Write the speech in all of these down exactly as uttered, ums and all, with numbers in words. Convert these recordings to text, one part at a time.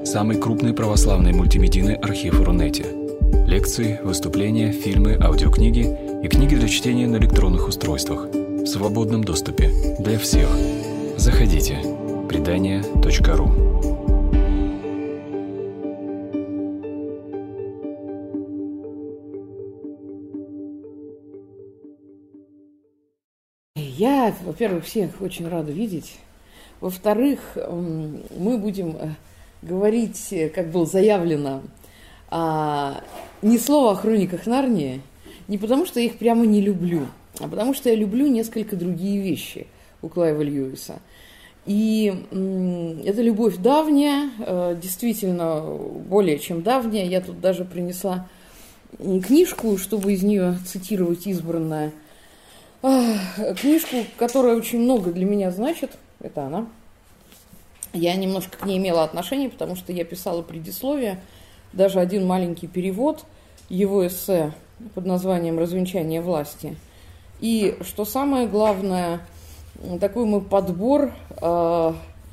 самый крупный православный мультимедийный архив Рунете. Лекции, выступления, фильмы, аудиокниги и книги для чтения на электронных устройствах в свободном доступе для всех. Заходите. предания точка ру. Я, во-первых, всех очень рада видеть. Во-вторых, мы будем говорить, как было заявлено, ни слова о хрониках Нарнии, не потому что я их прямо не люблю, а потому что я люблю несколько другие вещи у Клайва Льюиса. И эта любовь давняя, действительно более чем давняя. Я тут даже принесла книжку, чтобы из нее цитировать избранное. Книжку, которая очень много для меня значит. Это она. Я немножко к ней имела отношение, потому что я писала предисловие, даже один маленький перевод его эссе под названием «Развенчание власти». И, что самое главное, такой мой подбор э,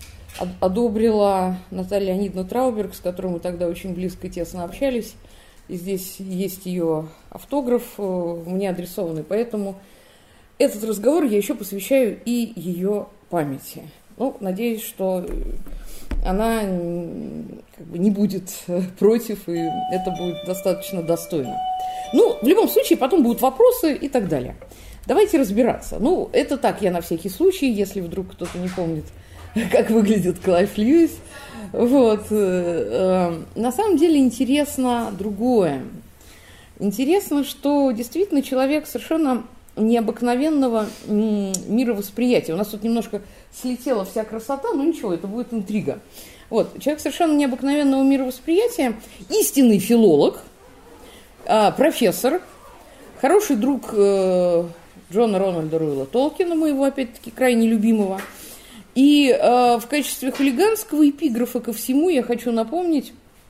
одобрила Наталья Леонидовна Трауберг, с которой мы тогда очень близко и тесно общались. И здесь есть ее автограф, э, мне адресованный, поэтому этот разговор я еще посвящаю и ее памяти. Ну, надеюсь, что она как бы не будет против, и это будет достаточно достойно. Ну, в любом случае, потом будут вопросы и так далее. Давайте разбираться. Ну, это так, я на всякий случай, если вдруг кто-то не помнит, как выглядит Клайв Льюис. Вот. На самом деле интересно другое. Интересно, что действительно человек совершенно необыкновенного мировосприятия. У нас тут немножко слетела вся красота, но ничего, это будет интрига. Вот. Человек совершенно необыкновенного мировосприятия, истинный филолог, профессор, хороший друг Джона Рональда Руэлла Толкина, моего, опять-таки, крайне любимого. И в качестве хулиганского эпиграфа ко всему я хочу напомнить,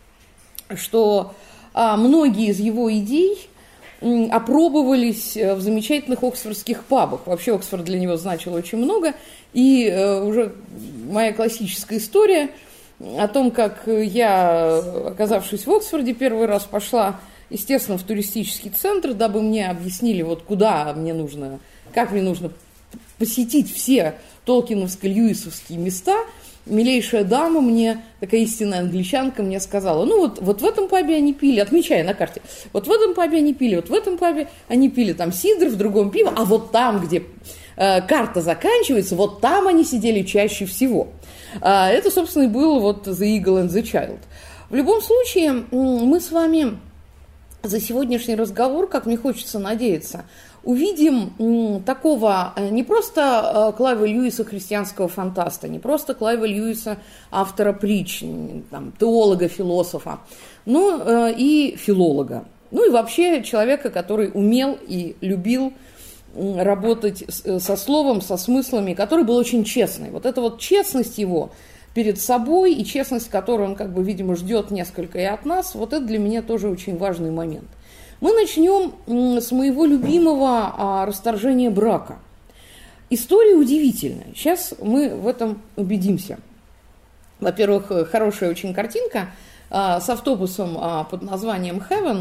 что многие из его идей опробовались в замечательных оксфордских пабах. Вообще Оксфорд для него значил очень много. И уже моя классическая история о том, как я, оказавшись в Оксфорде, первый раз пошла, естественно, в туристический центр, дабы мне объяснили, вот куда мне нужно, как мне нужно посетить все толкиновско-льюисовские места. Милейшая дама мне, такая истинная англичанка, мне сказала, ну вот, вот в этом пабе они пили, отмечая на карте, вот в этом пабе они пили, вот в этом пабе они пили там сидр, в другом пиво, а вот там, где э, карта заканчивается, вот там они сидели чаще всего. Э, это, собственно, и был вот The Eagle and the Child. В любом случае, мы с вами за сегодняшний разговор, как мне хочется надеяться, увидим такого не просто Клайва Льюиса, христианского фантаста, не просто Клайва Льюиса, автора притч, там, теолога, философа, но и филолога. Ну и вообще человека, который умел и любил работать со словом, со смыслами, который был очень честный. Вот эта вот честность его перед собой и честность, которую он, как бы, видимо, ждет несколько и от нас, вот это для меня тоже очень важный момент. Мы начнем с моего любимого расторжения брака. История удивительная. Сейчас мы в этом убедимся. Во-первых, хорошая очень картинка с автобусом под названием Heaven.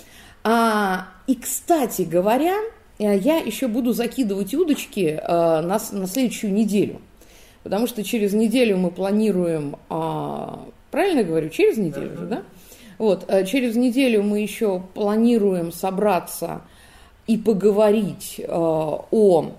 И, кстати говоря, я еще буду закидывать удочки на, на следующую неделю. Потому что через неделю мы планируем... Правильно говорю? Через неделю же, да? Вот, через неделю мы еще планируем собраться и поговорить э, о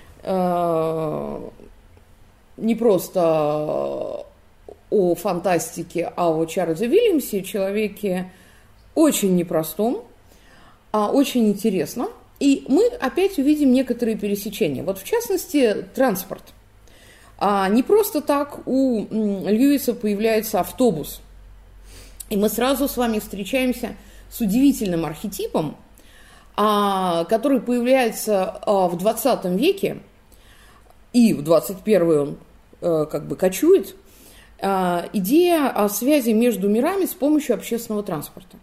э, не просто о фантастике, а о Чарльзе Вильямсе, человеке очень непростом, а очень интересном. И мы опять увидим некоторые пересечения. Вот в частности, транспорт. А не просто так у Льюиса появляется автобус. И мы сразу с вами встречаемся с удивительным архетипом, который появляется в двадцатом веке, и в двадцать первом он как бы кочует, идея о связи между мирами с помощью общественного транспорта.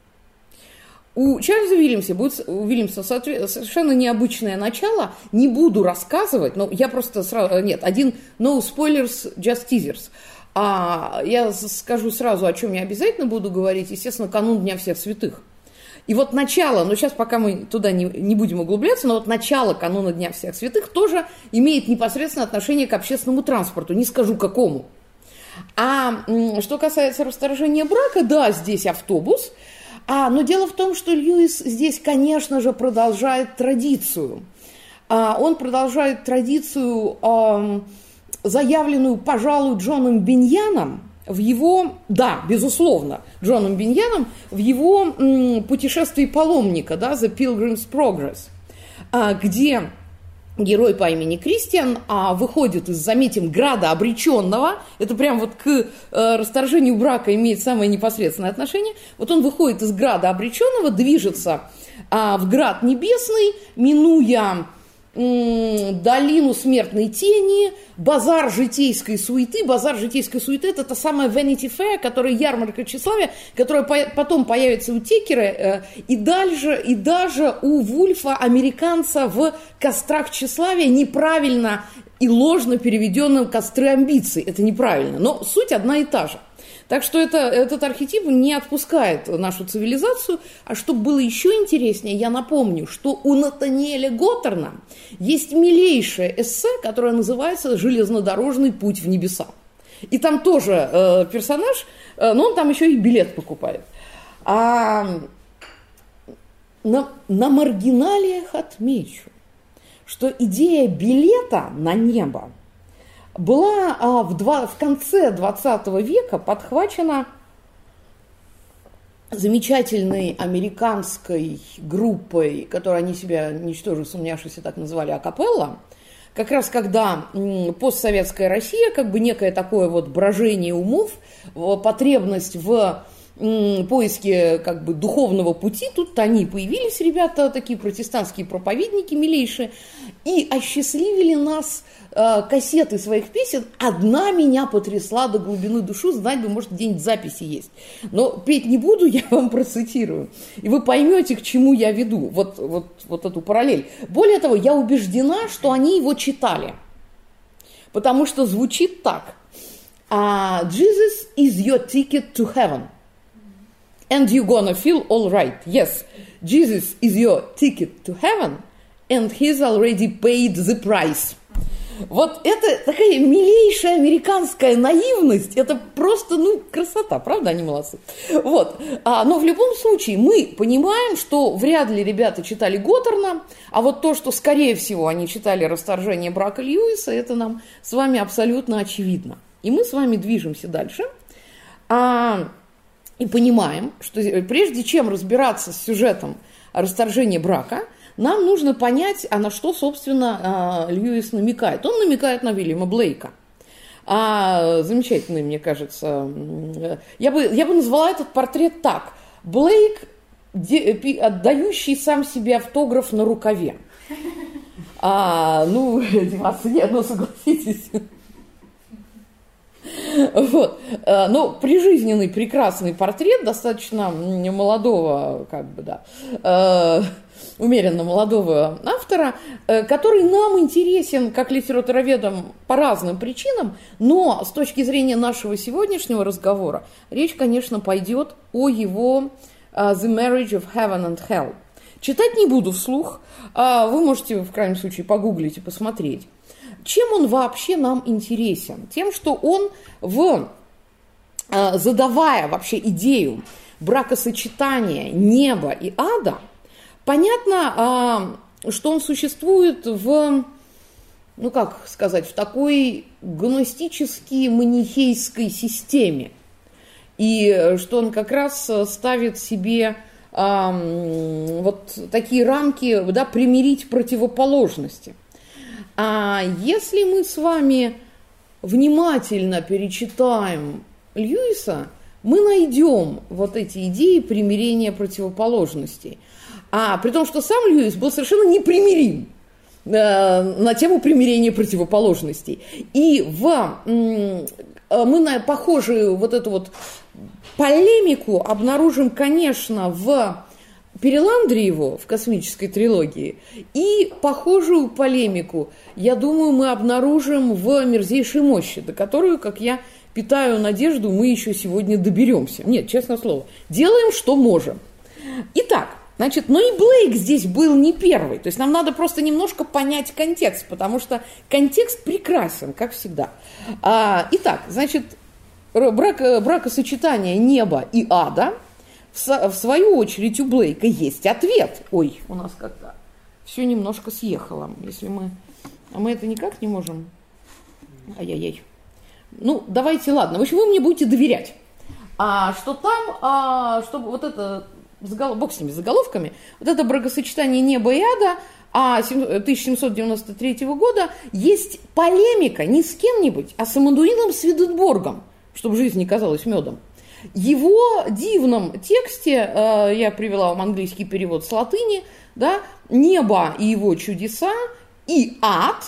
У Чарльза Вильямса будет, у Вильямса совершенно необычное начало. Не буду рассказывать, но я просто сразу... Нет, один no spoilers, just teasers. А я скажу сразу, о чем я обязательно буду говорить, естественно, канун Дня всех святых. И вот начало, но сейчас пока мы туда не, не будем углубляться, но вот начало кануна Дня всех святых тоже имеет непосредственное отношение к общественному транспорту, не скажу какому. А что касается расторжения брака, да, здесь автобус, а, но дело в том, что Льюис здесь, конечно же, продолжает традицию. А, он продолжает традицию, а, заявленную, пожалуй, Джоном Биньяном, в его, да, безусловно, Джоном Биньяном, в его м, путешествии паломника, да, The Pilgrim's Progress, а, где герой по имени Кристиан а, выходит из, заметим, града обреченного, это прям вот к э, расторжению брака имеет самое непосредственное отношение, вот он выходит из града обреченного, движется а, в град небесный, минуя долину смертной тени, базар житейской суеты. Базар житейской суеты – это та самая Vanity Fair, которая ярмарка тщеславия, которая потом появится у Теккера и, дальше, и даже у Вульфа, американца, в «Кострах тщеславия», неправильно и ложно переведенном «Костры амбиций». Это неправильно, но суть одна и та же. Так что это, этот архетип не отпускает нашу цивилизацию. А чтобы было еще интереснее, я напомню, что у Натаниэля Готтерна есть милейшее эссе, которое называется «Железнодорожный путь в небеса». И там тоже э, персонаж, э, но он там еще и билет покупает. А на, на маргиналиях отмечу, что идея билета на небо была а, в, два, в конце двадцатого века подхвачена замечательной американской группой, которую они себя, ничтоже сумняшися, так называли, акапелла, как раз когда м, постсоветская Россия, как бы некое такое вот брожение умов, потребность в м, поиске как бы духовного пути, тут они появились, ребята, такие протестантские проповедники милейшие, и осчастливили нас э, кассеты своих песен. Одна меня потрясла до глубины души, знать бы, может, где-нибудь записи есть. Но петь не буду, я вам процитирую. И вы поймете, к чему я веду, вот, вот, вот эту параллель. Более того, я убеждена, что они его читали. Потому что звучит так. Jesus is your ticket to heaven. And you're gonna feel all right. Yes, Jesus is your ticket to heaven. And he's already paid the price. Вот это такая милейшая американская наивность, это просто, ну, красота, правда, они молодцы. Вот. А, но в любом случае мы понимаем, что вряд ли ребята читали Готтерна, а вот то, что, скорее всего, они читали «Расторжение брака» Льюиса, это нам с вами абсолютно очевидно. И мы с вами движемся дальше а, и понимаем, что прежде чем разбираться с сюжетом «Расторжения брака», нам нужно понять, а на что, собственно, Льюис намекает. Он намекает на Уильяма Блейка. А, замечательный, мне кажется. Я бы, я бы назвала этот портрет так. Блейк, отдающий сам себе автограф на рукаве. А, ну, нет, ну, согласитесь. Вот. Но прижизненный прекрасный портрет достаточно молодого, как бы, да, умеренно молодого автора, который нам интересен как литературоведам по разным причинам, но с точки зрения нашего сегодняшнего разговора речь, конечно, пойдет о его «The Marriage of Heaven and Hell». Читать не буду вслух, вы можете в крайнем случае погуглить и посмотреть. Чем он вообще нам интересен? Тем, что он, в, задавая вообще идею бракосочетания неба и ада, понятно, что он существует в, ну как сказать, в такой гностически-манихейской системе. И что он как раз ставит себе вот такие рамки, да, примирить противоположности. А если мы с вами внимательно перечитаем Льюиса, мы найдем вот эти идеи примирения противоположностей. А при том, что сам Льюис был совершенно непримирим э, на тему примирения противоположностей. И в, э, мы на похожую вот эту вот полемику обнаружим, конечно, в Переландриеву в космической трилогии, и похожую полемику, я думаю, мы обнаружим в «Мерзейшей мощи», до которой, как я питаю надежду, мы еще сегодня доберемся. Нет, честное слово, делаем, что можем. Итак, значит, но и Блейк здесь был не первый. То есть нам надо просто немножко понять контекст, потому что контекст прекрасен, как всегда. А, итак, значит, брак, бракосочетание неба и ада, в, в свою очередь у Блейка есть ответ. Ой, у нас как-то все немножко съехало. Если мы... А мы это никак не можем... Ай-яй-яй. Ну, давайте, ладно. В общем, вы мне будете доверять. А, что там, а, чтобы вот это... Бог с ними, с заголовками. Вот это бракосочетание неба и ада а тысяча семьсот девяносто третьего года есть полемика не с кем-нибудь, а с Эммануилом Сведенборгом, чтобы жизнь не казалась медом. Его дивном тексте, э, я привела вам английский перевод с латыни, да, «Небо и его чудеса» и «Ад»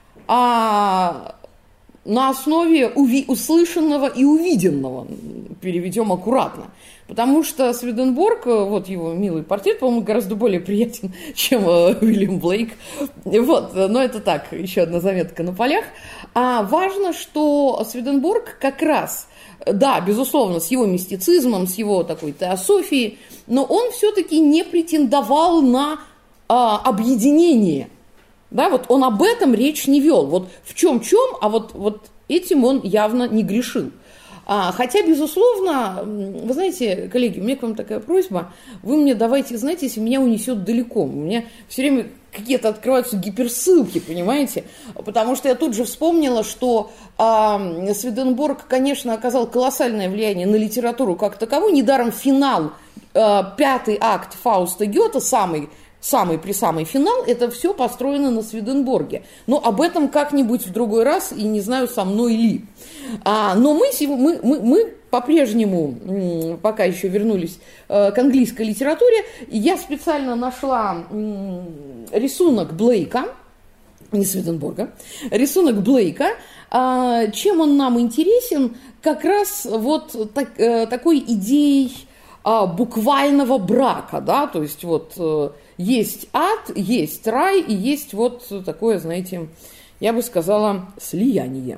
а, на основе уви- услышанного и увиденного, переведем аккуратно. Потому что Сведенборг, вот его милый портрет, по-моему, гораздо более приятен, чем э, Уильям Блейк. Вот, но это так, еще одна заметка на полях. А важно, что Сведенборг как раз, да, безусловно, с его мистицизмом, с его такой теософией, но он все-таки не претендовал на а, объединение. Да, вот он об этом речь не вел. Вот в чем-чем, а вот, вот этим он явно не грешил. А, хотя, безусловно, вы знаете, коллеги, у меня к вам такая просьба, вы мне давайте, знаете, если меня унесет далеко, у меня все время какие-то открываются гиперссылки, понимаете, потому что я тут же вспомнила, что а, Сведенборг, конечно, оказал колоссальное влияние на литературу как таковую, недаром финал, а, пятый акт Фауста Гёте, самый самый-присамый финал, это все построено на Сведенборге. Но об этом как-нибудь в другой раз, и не знаю, со мной ли. А, но мы, мы, мы, мы по-прежнему, пока еще вернулись к английской литературе, я специально нашла рисунок Блейка, не Сведенборга, рисунок Блейка. Чем он нам интересен? Как раз вот так, такой идеей буквального брака, да, то есть вот есть ад, есть рай и есть вот такое, знаете, я бы сказала, слияние.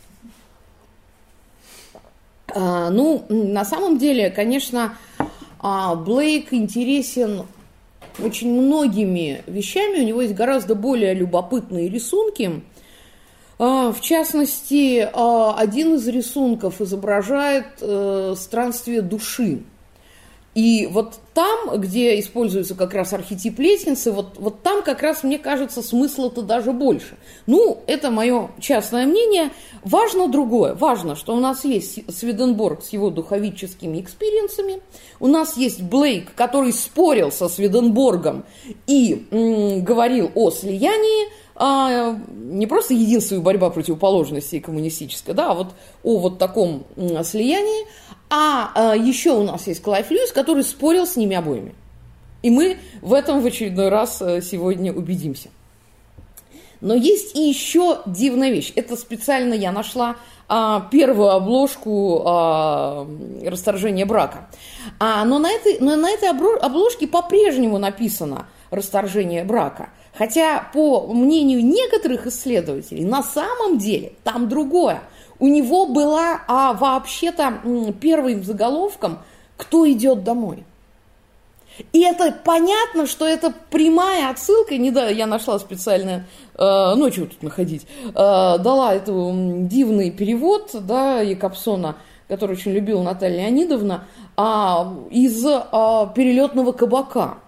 А, ну, на самом деле, конечно, Блейк интересен очень многими вещами, у него есть гораздо более любопытные рисунки. В частности, один из рисунков изображает странствие души. И вот там, где используется как раз архетип лестницы, вот, вот там как раз, мне кажется, смысла-то даже больше. Ну, это мое частное мнение. Важно другое. Важно, что у нас есть Сведенборг с его духовическими экспириенсами, у нас есть Блейк, который спорил со Сведенборгом и м, говорил о слиянии, а, не просто единство и борьба противоположностей коммунистической, да, а вот о вот таком м, слиянии. А, а еще у нас есть Клайв Льюис, который спорил с ними обоими. И мы в этом в очередной раз сегодня убедимся. Но есть и еще дивная вещь. Это специально я нашла а, первую обложку а, «Расторжение брака». А, но, на этой, но на этой обложке по-прежнему написано «Расторжение брака». Хотя, по мнению некоторых исследователей, на самом деле там другое. У него была а, вообще-то первым заголовком «Кто идет домой?». И это понятно, что это прямая отсылка, не да, я нашла специально, э, ночью тут находить, э, дала эту дивный перевод, да, Якобсона, который очень любила Наталья Леонидовна, э, из э, «Перелетного кабака».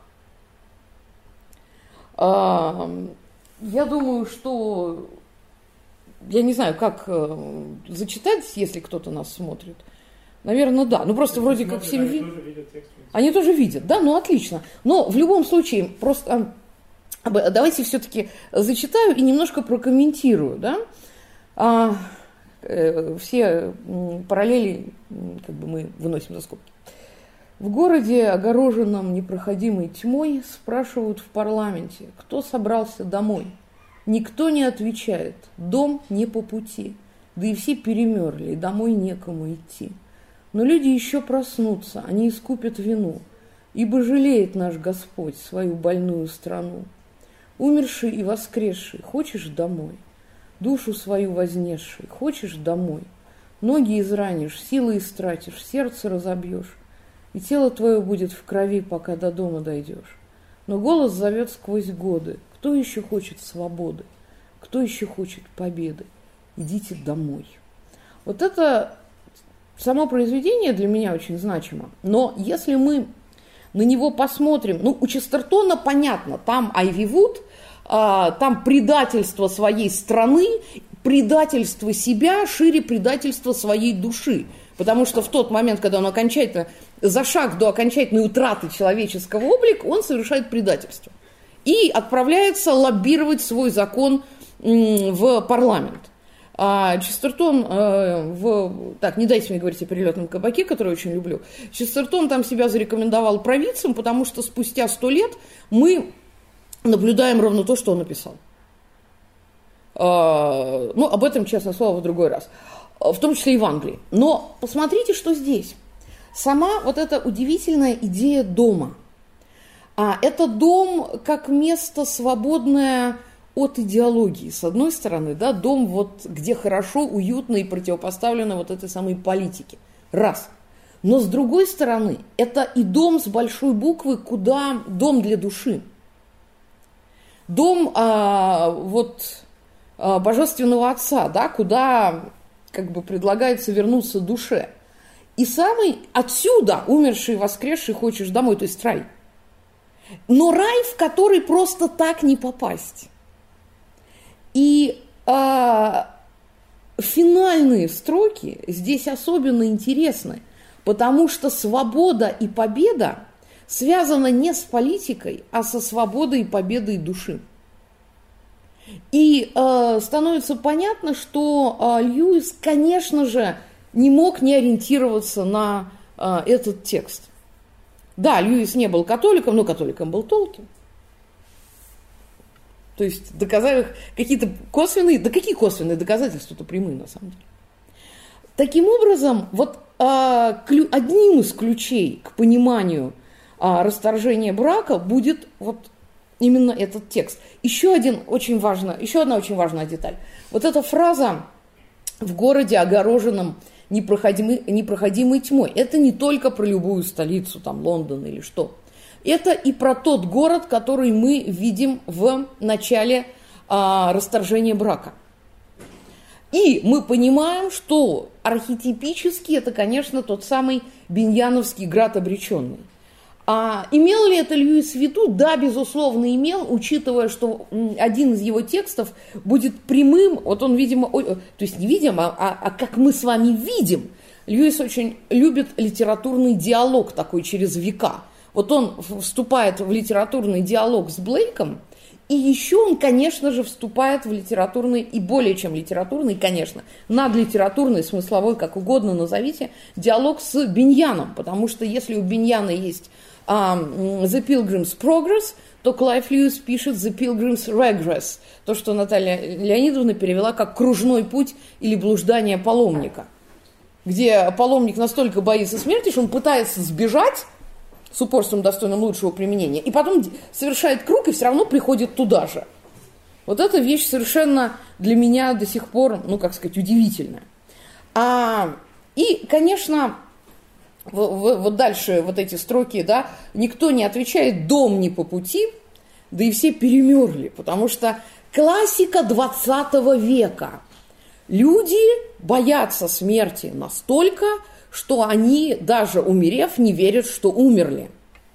Э, я думаю, что... Я не знаю, как э, зачитать, если кто-то нас смотрит. Наверное, да. Ну, просто вроде как всем видят. Они тоже видят, да? Ну, отлично. Но в любом случае, просто э, давайте все-таки зачитаю и немножко прокомментирую, да? А, э, все э, параллели э, как бы мы выносим за скобки. В городе, огороженном непроходимой тьмой, спрашивают в парламенте, кто собрался домой. Никто не отвечает, дом не по пути, да и все перемерли, и домой некому идти. Но люди еще проснутся, они искупят вину, ибо жалеет наш Господь свою больную страну. Умерший и воскресший, хочешь домой? Душу свою вознесший, хочешь домой? Ноги изранишь, силы истратишь, сердце разобьешь, и тело твое будет в крови, пока до дома дойдешь. Но голос зовет сквозь годы. Кто еще хочет свободы? Кто еще хочет победы? Идите домой. Вот это само произведение для меня очень значимо. Но если мы на него посмотрим, ну, у Честертона понятно, там Айви Вуд, а, там предательство своей страны, предательство себя шире предательства своей души. Потому что в тот момент, когда он окончательно, за шаг до окончательной утраты человеческого облика, он совершает предательство. И отправляется лоббировать свой закон в парламент. А Честертон, э, в, так, не дайте мне говорить о «Перелетном кабаке», который я очень люблю. Честертон там себя зарекомендовал провидцем, потому что спустя сто лет мы наблюдаем ровно то, что он написал. Э, ну, об этом, честное слово, в другой раз. В том числе и в Англии. Но посмотрите, что здесь. Сама вот эта удивительная идея дома. А это дом как место свободное от идеологии. С одной стороны, да, дом, вот, где хорошо, уютно и противопоставлено вот этой самой политике. Раз. Но с другой стороны, это и дом с большой буквы, куда дом для души. Дом а, вот, а, Божественного Отца, да, куда как бы предлагается вернуться душе. И самый отсюда, умерший и воскресший, хочешь домой, то есть рай. Но рай, в который просто так не попасть. И а, финальные строки здесь особенно интересны, потому что свобода и победа связаны не с политикой, а со свободой и победой души. И э, становится понятно, что э, Льюис, конечно же, не мог не ориентироваться на э, этот текст. Да, Льюис не был католиком, но католиком был Толкин. То есть доказав какие-то косвенные, да какие косвенные доказательства-то прямые на самом деле. Таким образом, вот э, клю, одним из ключей к пониманию э, расторжения брака будет вот именно этот текст. Еще, один очень важно, еще одна очень важная деталь. Вот эта фраза «в городе, огороженном непроходимой, непроходимой тьмой». Это не только про любую столицу, там Лондон или что. Это и про тот город, который мы видим в начале а, расторжения брака. И мы понимаем, что архетипически это, конечно, тот самый беньяновский град обреченный. А имел ли это Льюис в виду? Да, безусловно, имел, учитывая, что один из его текстов будет прямым, вот он, видимо, то есть не видим, а, а, а как мы с вами видим. Льюис очень любит литературный диалог такой через века. Вот он вступает в литературный диалог с Блейком, и еще он, конечно же, вступает в литературный, и более чем литературный, конечно, надлитературный, смысловой, как угодно назовите, диалог с Беньяном, потому что если у Беньяна есть uh, The Pilgrim's Progress, то Клайв Льюис пишет The Pilgrim's Regress, то, что Наталья Леонидовна перевела как «кружной путь» или «блуждание паломника», где паломник настолько боится смерти, что он пытается сбежать, с упорством, достойным лучшего применения, и потом совершает круг и все равно приходит туда же. Вот эта вещь совершенно для меня до сих пор, ну, как сказать, удивительная. А, и, конечно, в, в, вот дальше вот эти строки, да, никто не отвечает, дом не по пути, да и все перемерли, потому что классика двадцатого века. Люди боятся смерти настолько, что они, даже умерев, не верят, что умерли.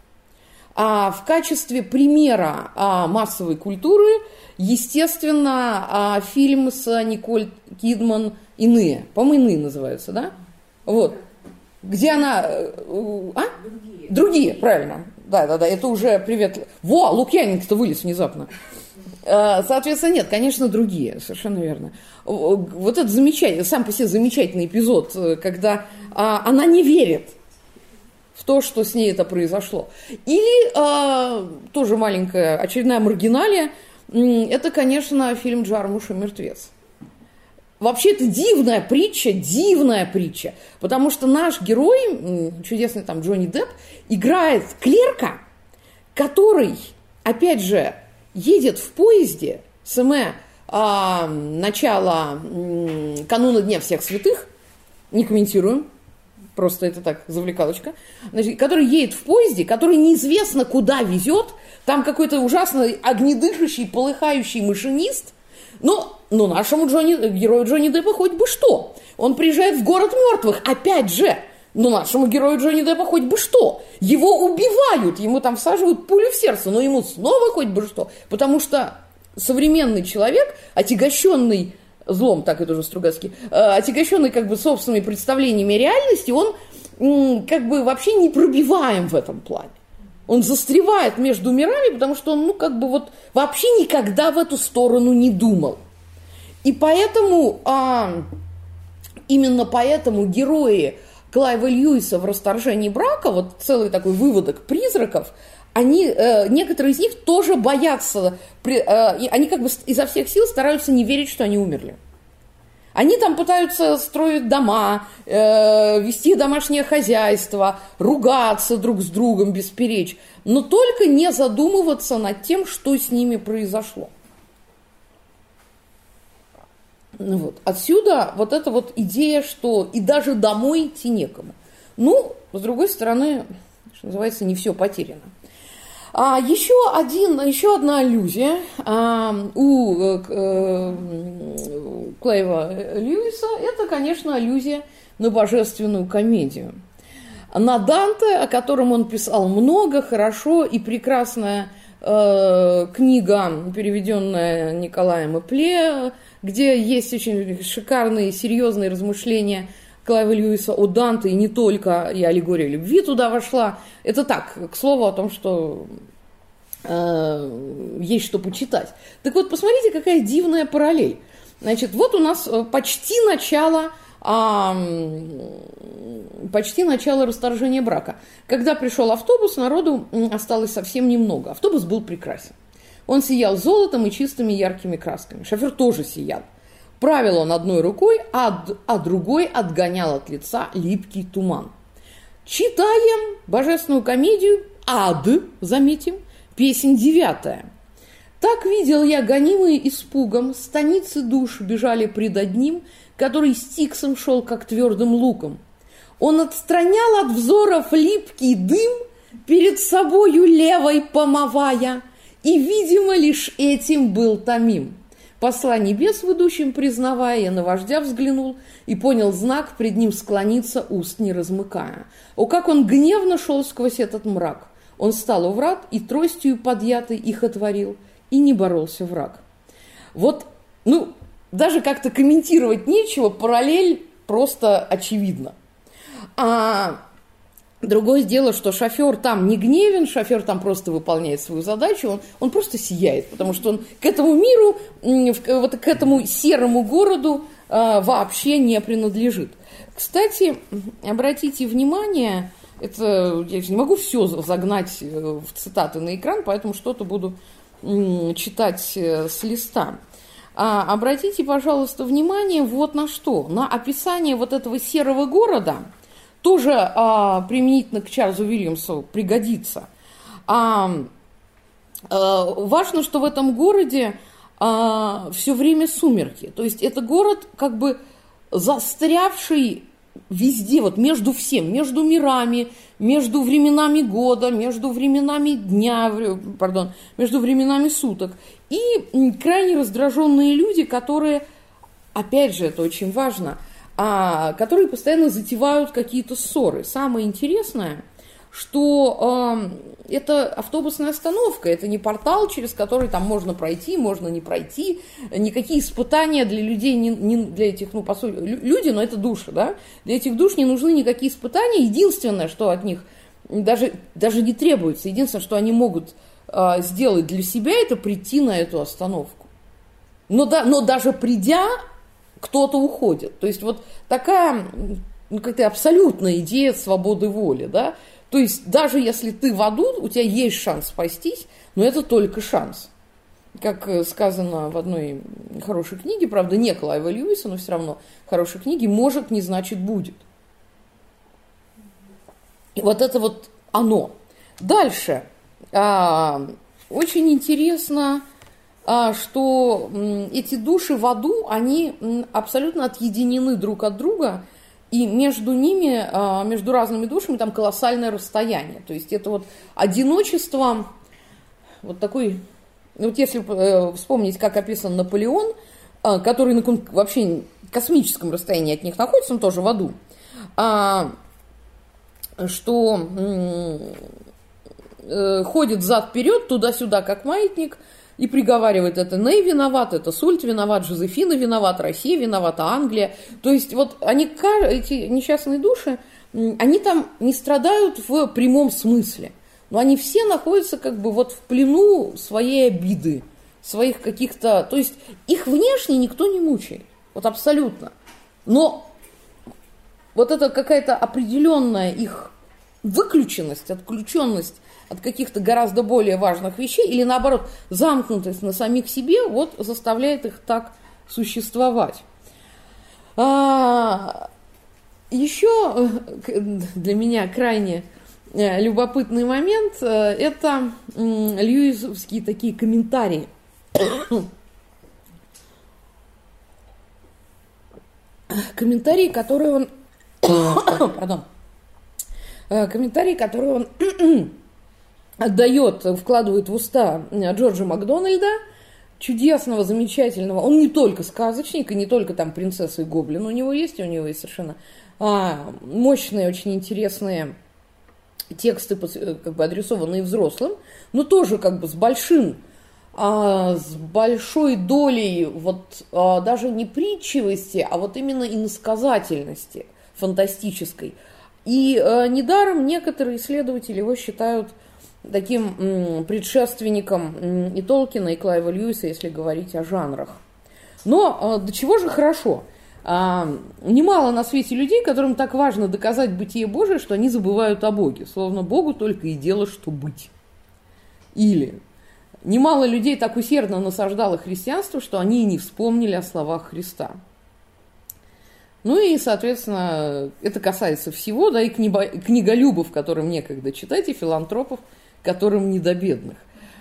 А в качестве примера а, массовой культуры, естественно, а, фильм с Николь Кидман «Иные». По-моему, «Иные» называются, да? Вот. Где она... А? Другие. Другие, правильно. Да-да-да, это уже привет. Во, Лукьяненко-то вылез внезапно. Соответственно, нет, конечно, другие, совершенно верно. Вот это замечательный, сам по себе замечательный эпизод, когда а, она не верит в то, что с ней это произошло. Или а, тоже маленькая очередная маргиналия, это, конечно, фильм «Джармуш и мертвец». Вообще, это дивная притча, дивная притча, потому что наш герой, чудесный там Джонни Депп, играет клерка, который, опять же, едет в поезде с а, начала м, кануна Дня всех святых, не комментируем, просто это так, завлекалочка, значит, который едет в поезде, который неизвестно куда везет, там какой-то ужасный огнедышащий, полыхающий машинист, но, но нашему Джонни, герою Джонни Деппа хоть бы что. Он приезжает в город мертвых, опять же, но нашему герою Джонни Деппа хоть бы что. Его убивают, ему там всаживают пулю в сердце, но ему снова хоть бы что. Потому что современный человек, отягощенный злом, так это уже Стругацкий, отягощенный как бы собственными представлениями реальности, он как бы вообще непробиваем в этом плане. Он застревает между мирами, потому что он, ну, как бы вот вообще никогда в эту сторону не думал. И поэтому, а, именно поэтому герои Клайва Льюиса в «Расторжении брака», вот целый такой выводок призраков, они, э, некоторые из них тоже боятся, при, э, они как бы изо всех сил стараются не верить, что они умерли. Они там пытаются строить дома, э, вести домашнее хозяйство, ругаться друг с другом, бесперечь, но только не задумываться над тем, что с ними произошло. Вот. Отсюда вот эта вот идея, что и даже домой идти некому. Ну, с другой стороны, что называется, не все потеряно. А еще, один, еще одна аллюзия а, у э, Клайва Льюиса, это, конечно, аллюзия на божественную комедию. На Данте, о котором он писал много, хорошо, и прекрасная э, книга, переведенная Николаем Эпле, где есть очень шикарные, серьезные размышления Клайва Льюиса о Данте, и не только, и аллегория любви туда вошла. Это так, к слову о том, что э, есть что почитать. Так вот, посмотрите, какая дивная параллель. Значит, вот у нас почти начало, э, почти начало расторжения брака. Когда пришел автобус, народу осталось совсем немного. Автобус был прекрасен. Он сиял золотом и чистыми яркими красками. Шофер тоже сиял. Правил он одной рукой, а, а другой отгонял от лица липкий туман. Читаем божественную комедию «Ад», заметим, песнь девятая. «Так видел я, гонимые испугом, станицы душ бежали пред одним, который стиксом шел, как твердым луком. Он отстранял от взоров липкий дым, перед собою левой помывая, и, видимо, лишь этим был томим. Посла небес в идущем признавая, я на вождя взглянул и понял знак пред ним склониться, уст не размыкая. О, как он гневно шел сквозь этот мрак! Он стал у врат и тростью подъятый их отворил, и не боролся враг». Вот, ну, даже как-то комментировать нечего, параллель просто очевидна. А другое дело, что шофер там не гневен, шофер там просто выполняет свою задачу, он, он просто сияет, потому что он к этому миру, вот к этому серому городу э, вообще не принадлежит. Кстати, обратите внимание, это я не могу все загнать в цитаты на экран, поэтому что-то буду м, читать с листа. А, обратите, пожалуйста, внимание вот на что. На описание вот этого серого города, тоже а, применительно к Чарльзу Уильямсу пригодится. А, а, важно, что в этом городе а, все время сумерки. То есть это город как бы застрявший везде, вот между всем, между мирами, между временами года, между временами дня, пардон, между временами суток. И крайне раздраженные люди, которые, опять же, это очень важно, а, которые постоянно затевают какие-то ссоры. Самое интересное, что э, это автобусная остановка, это не портал, через который там можно пройти, можно не пройти, никакие испытания для людей, не, не для этих, ну, по сути, люди, но это души, да, для этих душ не нужны никакие испытания, единственное, что от них даже, даже не требуется, единственное, что они могут э, сделать для себя, это прийти на эту остановку. Но, да, но даже придя, кто-то уходит. То есть вот такая, ну, какая-то абсолютная идея свободы воли, да. То есть даже если ты в аду, у тебя есть шанс спастись, но это только шанс. Как сказано в одной хорошей книге, правда, не Клайва Льюиса, но все равно хорошей книги, может не значит будет. И вот это вот оно. Дальше. А, очень интересно, а, что м, эти души в аду, они м, абсолютно отъединены друг от друга, и между ними, между разными душами там колоссальное расстояние. То есть это вот одиночество, вот такой, вот если вспомнить, как описан Наполеон, который на вообще космическом расстоянии от них находится, он тоже в аду, что ходит зад-вперед, туда-сюда, как маятник, и приговаривает, это Ней виноват, это Сульт виноват, Жозефина виноват, Россия виновата, Англия. То есть вот они, эти несчастные души, они там не страдают в прямом смысле, но они все находятся как бы вот в плену своей обиды, своих каких-то... То есть их внешне никто не мучает, вот абсолютно. Но вот это какая-то определенная их выключенность, отключенность от каких-то гораздо более важных вещей, или наоборот, замкнутость на самих себе, вот заставляет их так существовать. А, еще для меня крайне любопытный момент – это льюисовские такие комментарии. Комментарии, которые он... Пардон. Комментарии, которые он отдает, вкладывает в уста Джорджа Макдональда, чудесного, замечательного. Он не только сказочник, и не только там принцесса и гоблин у него есть, у него есть совершенно а, мощные, очень интересные тексты, как бы адресованные взрослым, но тоже как бы с большим, а, с большой долей вот а, даже не притчивости, а вот именно иносказательности фантастической. И а, недаром некоторые исследователи его считают таким м, предшественником м, и Толкина, и Клайва Льюиса, если говорить о жанрах. Но а, до чего же хорошо? А, немало на свете людей, которым так важно доказать бытие Божие, что они забывают о Боге, словно Богу только и дело, что быть. Или немало людей так усердно насаждало христианство, что они и не вспомнили о словах Христа. Ну и, соответственно, это касается всего, да, и книголюбов, которым некогда читать, и филантропов, которым не до бедных.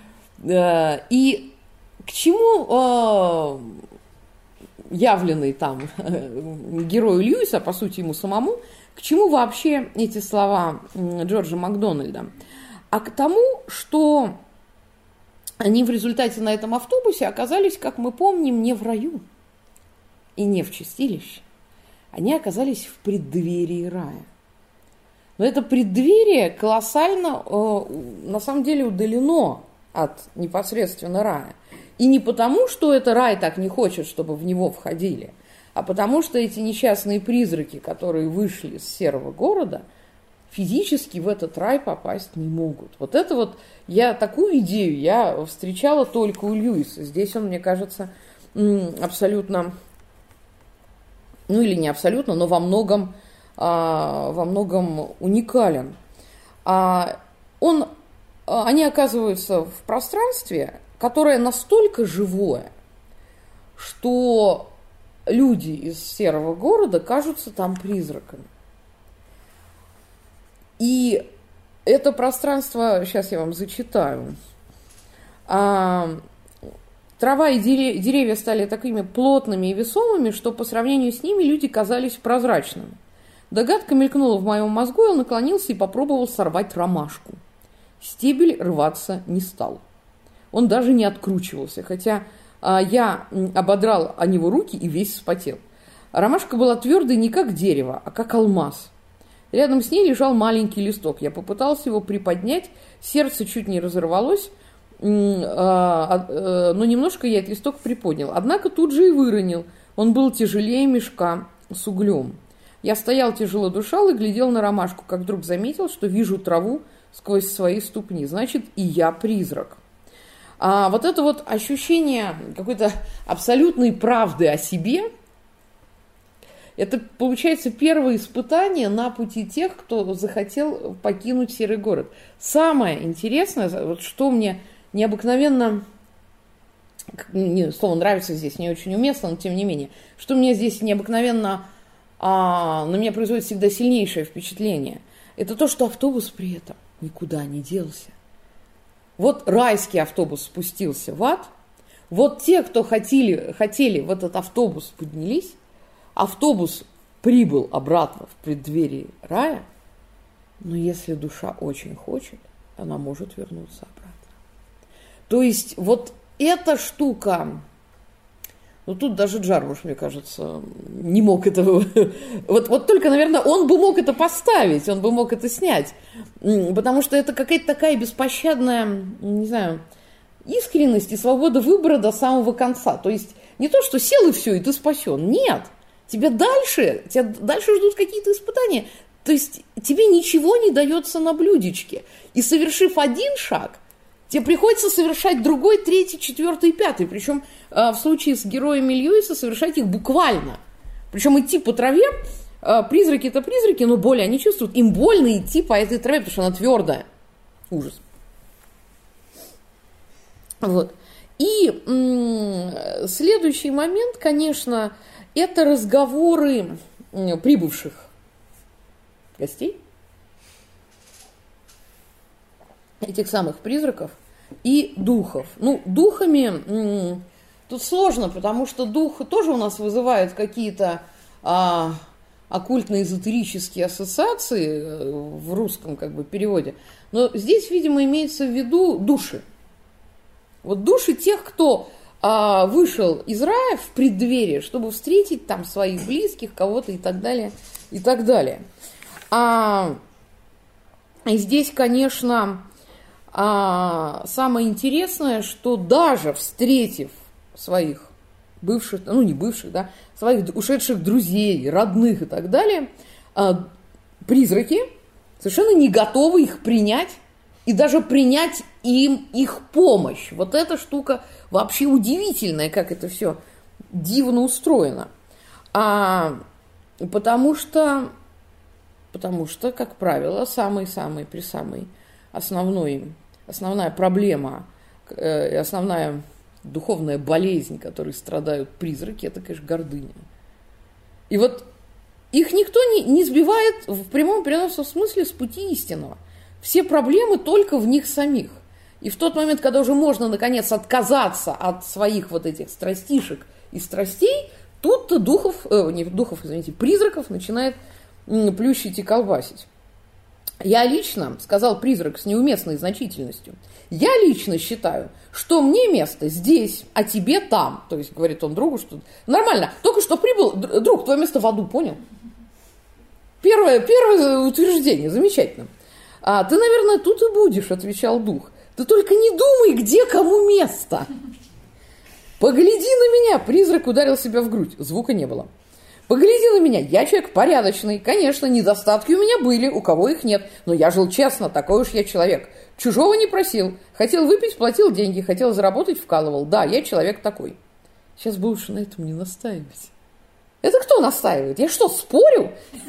И к чему явленный там герой Льюиса, по сути ему самому, к чему вообще эти слова Джорджа Макдональда? А к тому, что они в результате на этом автобусе оказались, как мы помним, не в раю и не в чистилище. Они оказались в преддверии рая. Но это преддверие колоссально, э, на самом деле, удалено от непосредственно рая. И не потому, что это рай так не хочет, чтобы в него входили, а потому что эти несчастные призраки, которые вышли с серого города, физически в этот рай попасть не могут. Вот это вот, я такую идею я встречала только у Льюиса. Здесь он, мне кажется, абсолютно... ну или не абсолютно, но во многом, а, во многом уникален. А, он, а, они оказываются в пространстве, которое настолько живое, что люди из серого города кажутся там призраками. И это пространство, сейчас я вам зачитаю, а, трава и деревья стали такими плотными и весомыми, что по сравнению с ними люди казались прозрачными. Догадка мелькнула в моем мозгу, он наклонился и попробовал сорвать ромашку. Стебель рваться не стал. Он даже не откручивался, хотя а, я ободрал о него руки и весь вспотел. Ромашка была твердой не как дерево, а как алмаз. Рядом с ней лежал маленький листок. Я попытался его приподнять, сердце чуть не разорвалось, но немножко я этот листок приподнял. Однако тут же и выронил. Он был тяжелее мешка с углем. Я стоял, тяжело дышал и глядел на ромашку, как вдруг заметил, что вижу траву сквозь свои ступни. Значит, и я призрак. А вот это вот ощущение какой-то абсолютной правды о себе, это, получается, первое испытание на пути тех, кто захотел покинуть серый город. Самое интересное, вот что мне необыкновенно, не, слово нравится здесь не очень уместно, но тем не менее, что мне здесь необыкновенно, а, на меня производит всегда сильнейшее впечатление, это то, что автобус при этом никуда не делся. Вот райский автобус спустился в ад, вот те, кто хотели, хотели в этот автобус, поднялись, автобус прибыл обратно в преддверии рая, но если душа очень хочет, она может вернуться обратно. То есть вот эта штука, ну тут даже Джармуш, мне кажется, не мог этого, вот, вот только, наверное, он бы мог это поставить, он бы мог это снять, потому что это какая-то такая беспощадная, не знаю, искренность и свобода выбора до самого конца. То есть не то, что сел и все, и ты спасен. Нет. Тебя дальше, тебя дальше ждут какие-то испытания. То есть тебе ничего не дается на блюдечке. И совершив один шаг, тебе приходится совершать другой, третий, четвертый, пятый. Причем в случае с героями Льюиса совершать их буквально. Причем идти по траве, призраки это призраки, но боли они чувствуют. Им больно идти по этой траве, потому что она твердая. Ужас. Вот. И м- следующий момент, конечно, это разговоры прибывших гостей, этих самых призраков и духов. Ну, духами м- тут сложно, потому что дух тоже у нас вызывает какие-то а, оккультно-эзотерические ассоциации в русском как бы переводе. Но здесь, видимо, имеется в виду души. Вот души тех, кто а, вышел из рая в преддверие, чтобы встретить там своих близких, кого-то и так далее, и так далее. А, и здесь, конечно, а, самое интересное, что даже встретив своих бывших, ну не бывших, да, своих ушедших друзей, родных и так далее, а, призраки совершенно не готовы их принять, и даже принять им их помощь. Вот эта штука вообще удивительная, как это все дивно устроено. А, потому что, потому что, как правило, самый-самый при самый основной, основная проблема, э, основная духовная болезнь, которой страдают призраки, это, конечно, гордыня. И вот их никто не, не сбивает в прямом переносном смысле с пути истинного. Все проблемы только в них самих. И в тот момент, когда уже можно, наконец, отказаться от своих вот этих страстишек и страстей, тут-то духов, э, не духов, извините, призраков начинает м, плющить и колбасить. Я лично, сказал призрак с неуместной значительностью, я лично считаю, что мне место здесь, а тебе там. То есть, говорит он другу, что нормально, только что прибыл, друг, твое место в аду, понял? Первое, первое утверждение, замечательно. «А ты, наверное, тут и будешь», — отвечал дух. «Ты только не думай, где кому место». «Погляди на меня», — призрак ударил себя в грудь. Звука не было. «Погляди на меня, я человек порядочный. Конечно, недостатки у меня были, у кого их нет. Но я жил честно, такой уж я человек. Чужого не просил. Хотел выпить, платил деньги. Хотел заработать, вкалывал. Да, я человек такой». Сейчас бы лучше на этом не настаивать. Это кто настаивает? Я что, спорю?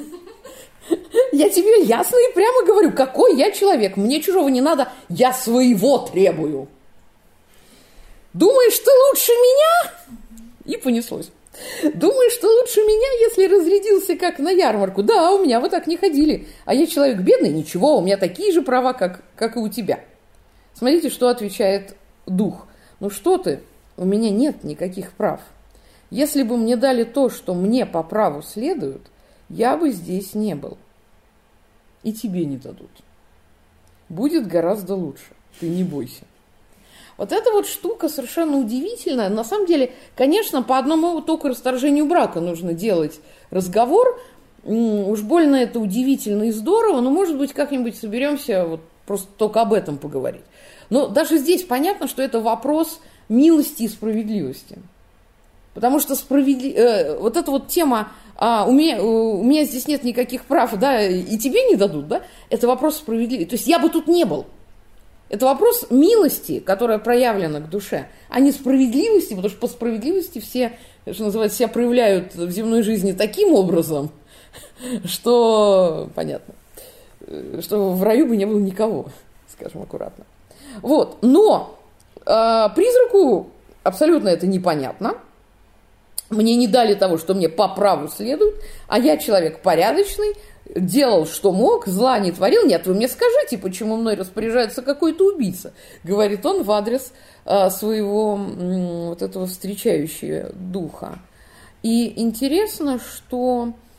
Я тебе ясно и прямо говорю, какой я человек. Мне чужого не надо, я своего требую. Думаешь, ты лучше меня? И понеслось. Думаешь, что лучше меня, если разрядился как на ярмарку? Да, у меня вы так не ходили. А я человек бедный? Ничего, у меня такие же права, как, как и у тебя. Смотрите, что отвечает дух. Ну что ты, у меня нет никаких прав. Если бы мне дали то, что мне по праву следует, я бы здесь не был. И тебе не дадут. Будет гораздо лучше. Ты не бойся. Вот эта вот штука совершенно удивительная. На самом деле, конечно, по одному только расторжению брака нужно делать разговор. Уж больно это удивительно и здорово, но, может быть, как-нибудь соберемся вот просто только об этом поговорить. Но даже здесь понятно, что это вопрос милости и справедливости. Потому что справедли... э, вот эта вот тема а, у, меня, у меня здесь нет никаких прав, да, и тебе не дадут, да, это вопрос справедливости. То есть я бы тут не был. Это вопрос милости, которая проявлена к душе, а не справедливости, потому что по справедливости все, что называется, себя проявляют в земной жизни таким образом, что, понятно, что в раю бы не было никого, скажем аккуратно. Вот, но э, призраку абсолютно это непонятно. Мне не дали того, что мне по праву следует, а я человек порядочный, делал, что мог, зла не творил. Нет, вы мне скажите, почему мной распоряжается какой-то убийца, говорит он в адрес а, своего м, вот этого встречающего духа. И интересно, что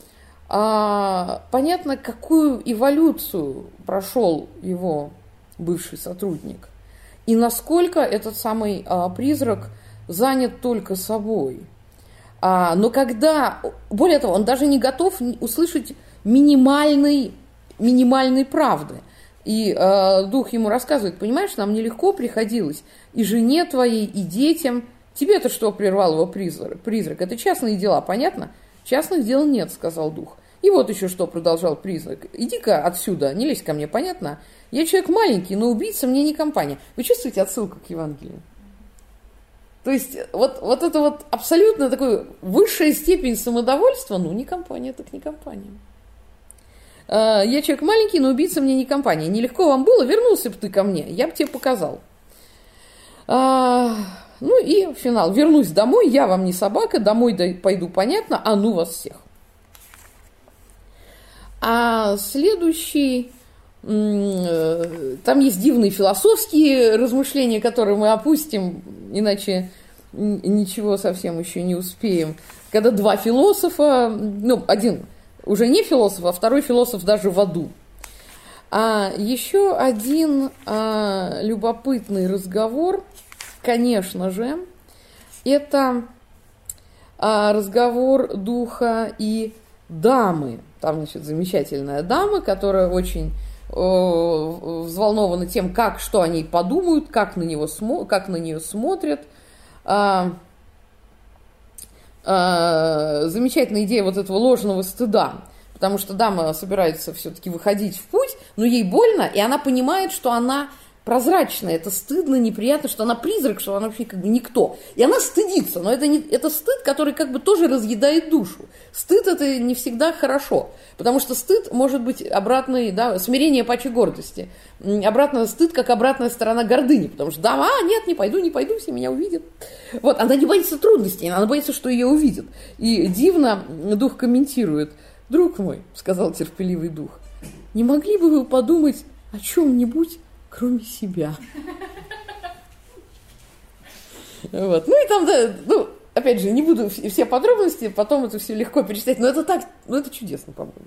а, понятно, какую эволюцию прошел его бывший сотрудник и насколько этот самый а, призрак занят только собой. А, но когда, более того, он даже не готов услышать минимальной, минимальной правды. И э, дух ему рассказывает: понимаешь, нам нелегко приходилось и жене твоей, и детям. Тебе-то что прервал его призрак? призрак? Это частные дела, понятно? Частных дел нет, сказал дух. И вот еще что, продолжал призрак. Иди-ка отсюда, не лезь ко мне, понятно? Я человек маленький, но убийца мне не компания. Вы чувствуете отсылку к Евангелию? То есть вот, вот это вот абсолютно такая высшая степень самодовольства, ну не компания, так не компания. Я человек маленький, но убийца мне не компания. Нелегко вам было, вернулся бы ты ко мне, я бы тебе показал. А, ну и финал. Вернусь домой, я вам не собака, домой пойду, понятно, а ну вас всех. А следующий, там есть дивные философские размышления, которые мы опустим, иначе ничего совсем еще не успеем. Когда два философа, ну, один уже не философ, а второй философ даже в аду. А еще один а, любопытный разговор, конечно же, это а, разговор духа и дамы. Там, значит, замечательная дама, которая очень э, взволнована тем, как, что о ней подумают, как на, него смо- как на нее смотрят. А, замечательная идея вот этого ложного стыда, потому что дама собирается все-таки выходить в путь, но ей больно, и она понимает, что она прозрачная, это стыдно, неприятно, что она призрак, что она вообще как бы никто. И она стыдится, но это, не, это стыд, который как бы тоже разъедает душу. Стыд – это не всегда хорошо, потому что стыд может быть обратный, да, смирение паче гордости. Обратно стыд, как обратная сторона гордыни, потому что дама, а, нет, не пойду, не пойду, все меня увидят. Вот, она не боится трудностей, она боится, что ее увидят. И дивно дух комментирует: друг мой, сказал терпеливый дух, не могли бы вы подумать о чем-нибудь, кроме себя. Вот. Ну и там, да, ну, опять же, не буду все подробности, потом это все легко перечитать, но это так, ну это чудесно, по-моему.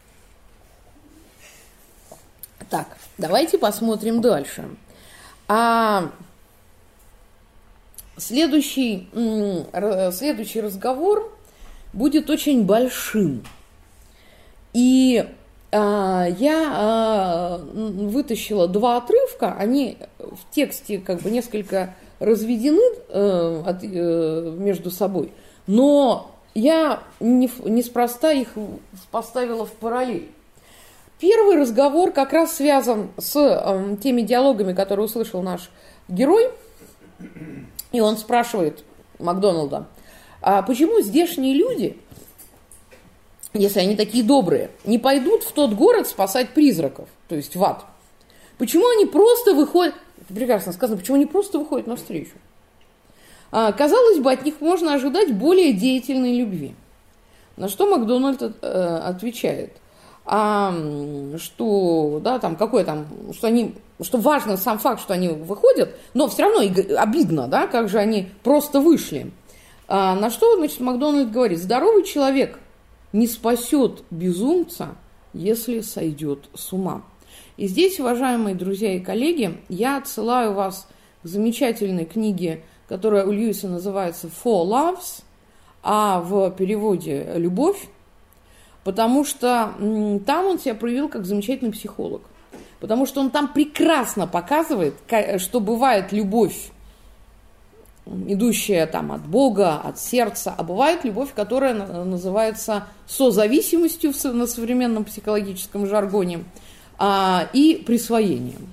Так, давайте посмотрим дальше. А следующий, следующий разговор будет очень большим. И я вытащила два отрывка, они в тексте как бы несколько разведены между собой, но я неспроста их поставила в параллель. Первый разговор как раз связан с теми диалогами, которые услышал наш герой, и он спрашивает Макдоналда: а почему здешние люди, если они такие добрые, не пойдут в тот город спасать призраков, то есть в ад? Почему они просто выходят, прекрасно сказано, почему они просто выходят навстречу? А, казалось бы, от них можно ожидать более деятельной любви. На что Макдональд э, отвечает, а, что, да, там, какой там, что они, что важно сам факт, что они выходят, но все равно обидно, да, как же они просто вышли. А, на что, значит, Макдональд говорит: здоровый человек не спасет безумца, если сойдет с ума. И здесь, уважаемые друзья и коллеги, я отсылаю вас к замечательной книге, которая у Льюиса называется «Four Loves», а в переводе «Любовь», потому что там он себя проявил как замечательный психолог. Потому что он там прекрасно показывает, что бывает любовь, идущая там от Бога, от сердца, а бывает любовь, которая называется созависимостью на современном психологическом жаргоне, а, и присвоением.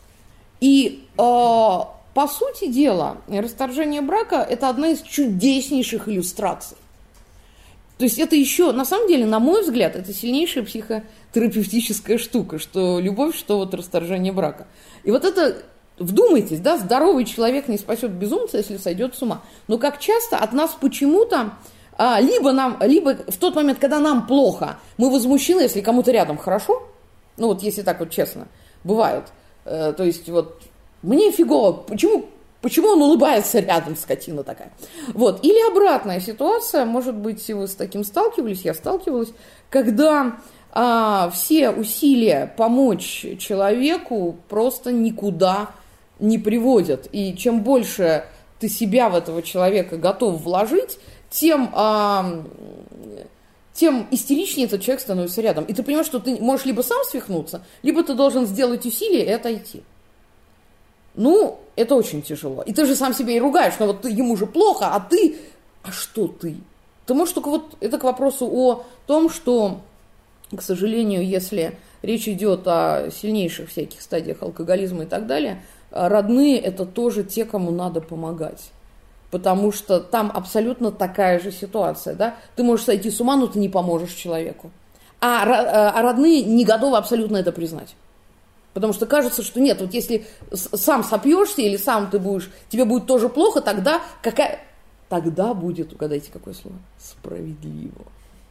И а, по сути дела, расторжение брака – это одна из чудеснейших иллюстраций. То есть это еще, на самом деле, на мой взгляд, это сильнейшая психотерапевтическая штука, что любовь, что вот расторжение брака. И вот это... Вдумайтесь, да, здоровый человек не спасет безумца, если сойдет с ума. Но как часто от нас почему-то, а, либо нам, либо в тот момент, когда нам плохо, мы возмущены, если кому-то рядом хорошо, ну вот если так вот честно, бывает. Э, то есть вот мне фигово, почему Почему он улыбается рядом, скотина такая? Вот. Или обратная ситуация, может быть, вы с таким сталкивались, я сталкивалась, когда а, все усилия помочь человеку просто никуда не приводят. И чем больше ты себя в этого человека готов вложить, тем, а, тем истеричнее этот человек становится рядом. И ты понимаешь, что ты можешь либо сам свихнуться, либо ты должен сделать усилие и отойти. Ну, это очень тяжело. И ты же сам себя и ругаешь, но вот ты, ему же плохо, а ты... А что ты? Ты можешь только вот... Это к вопросу о том, что, к сожалению, если речь идет о сильнейших всяких стадиях алкоголизма и так далее, родные – это тоже те, кому надо помогать. Потому что там абсолютно такая же ситуация, да? Ты можешь сойти с ума, но ты не поможешь человеку. А, а родные не готовы абсолютно это признать. Потому что кажется, что нет, вот если сам сопьешься или сам ты будешь, тебе будет тоже плохо, тогда какая... Тогда будет, угадайте, какое слово? Справедливо.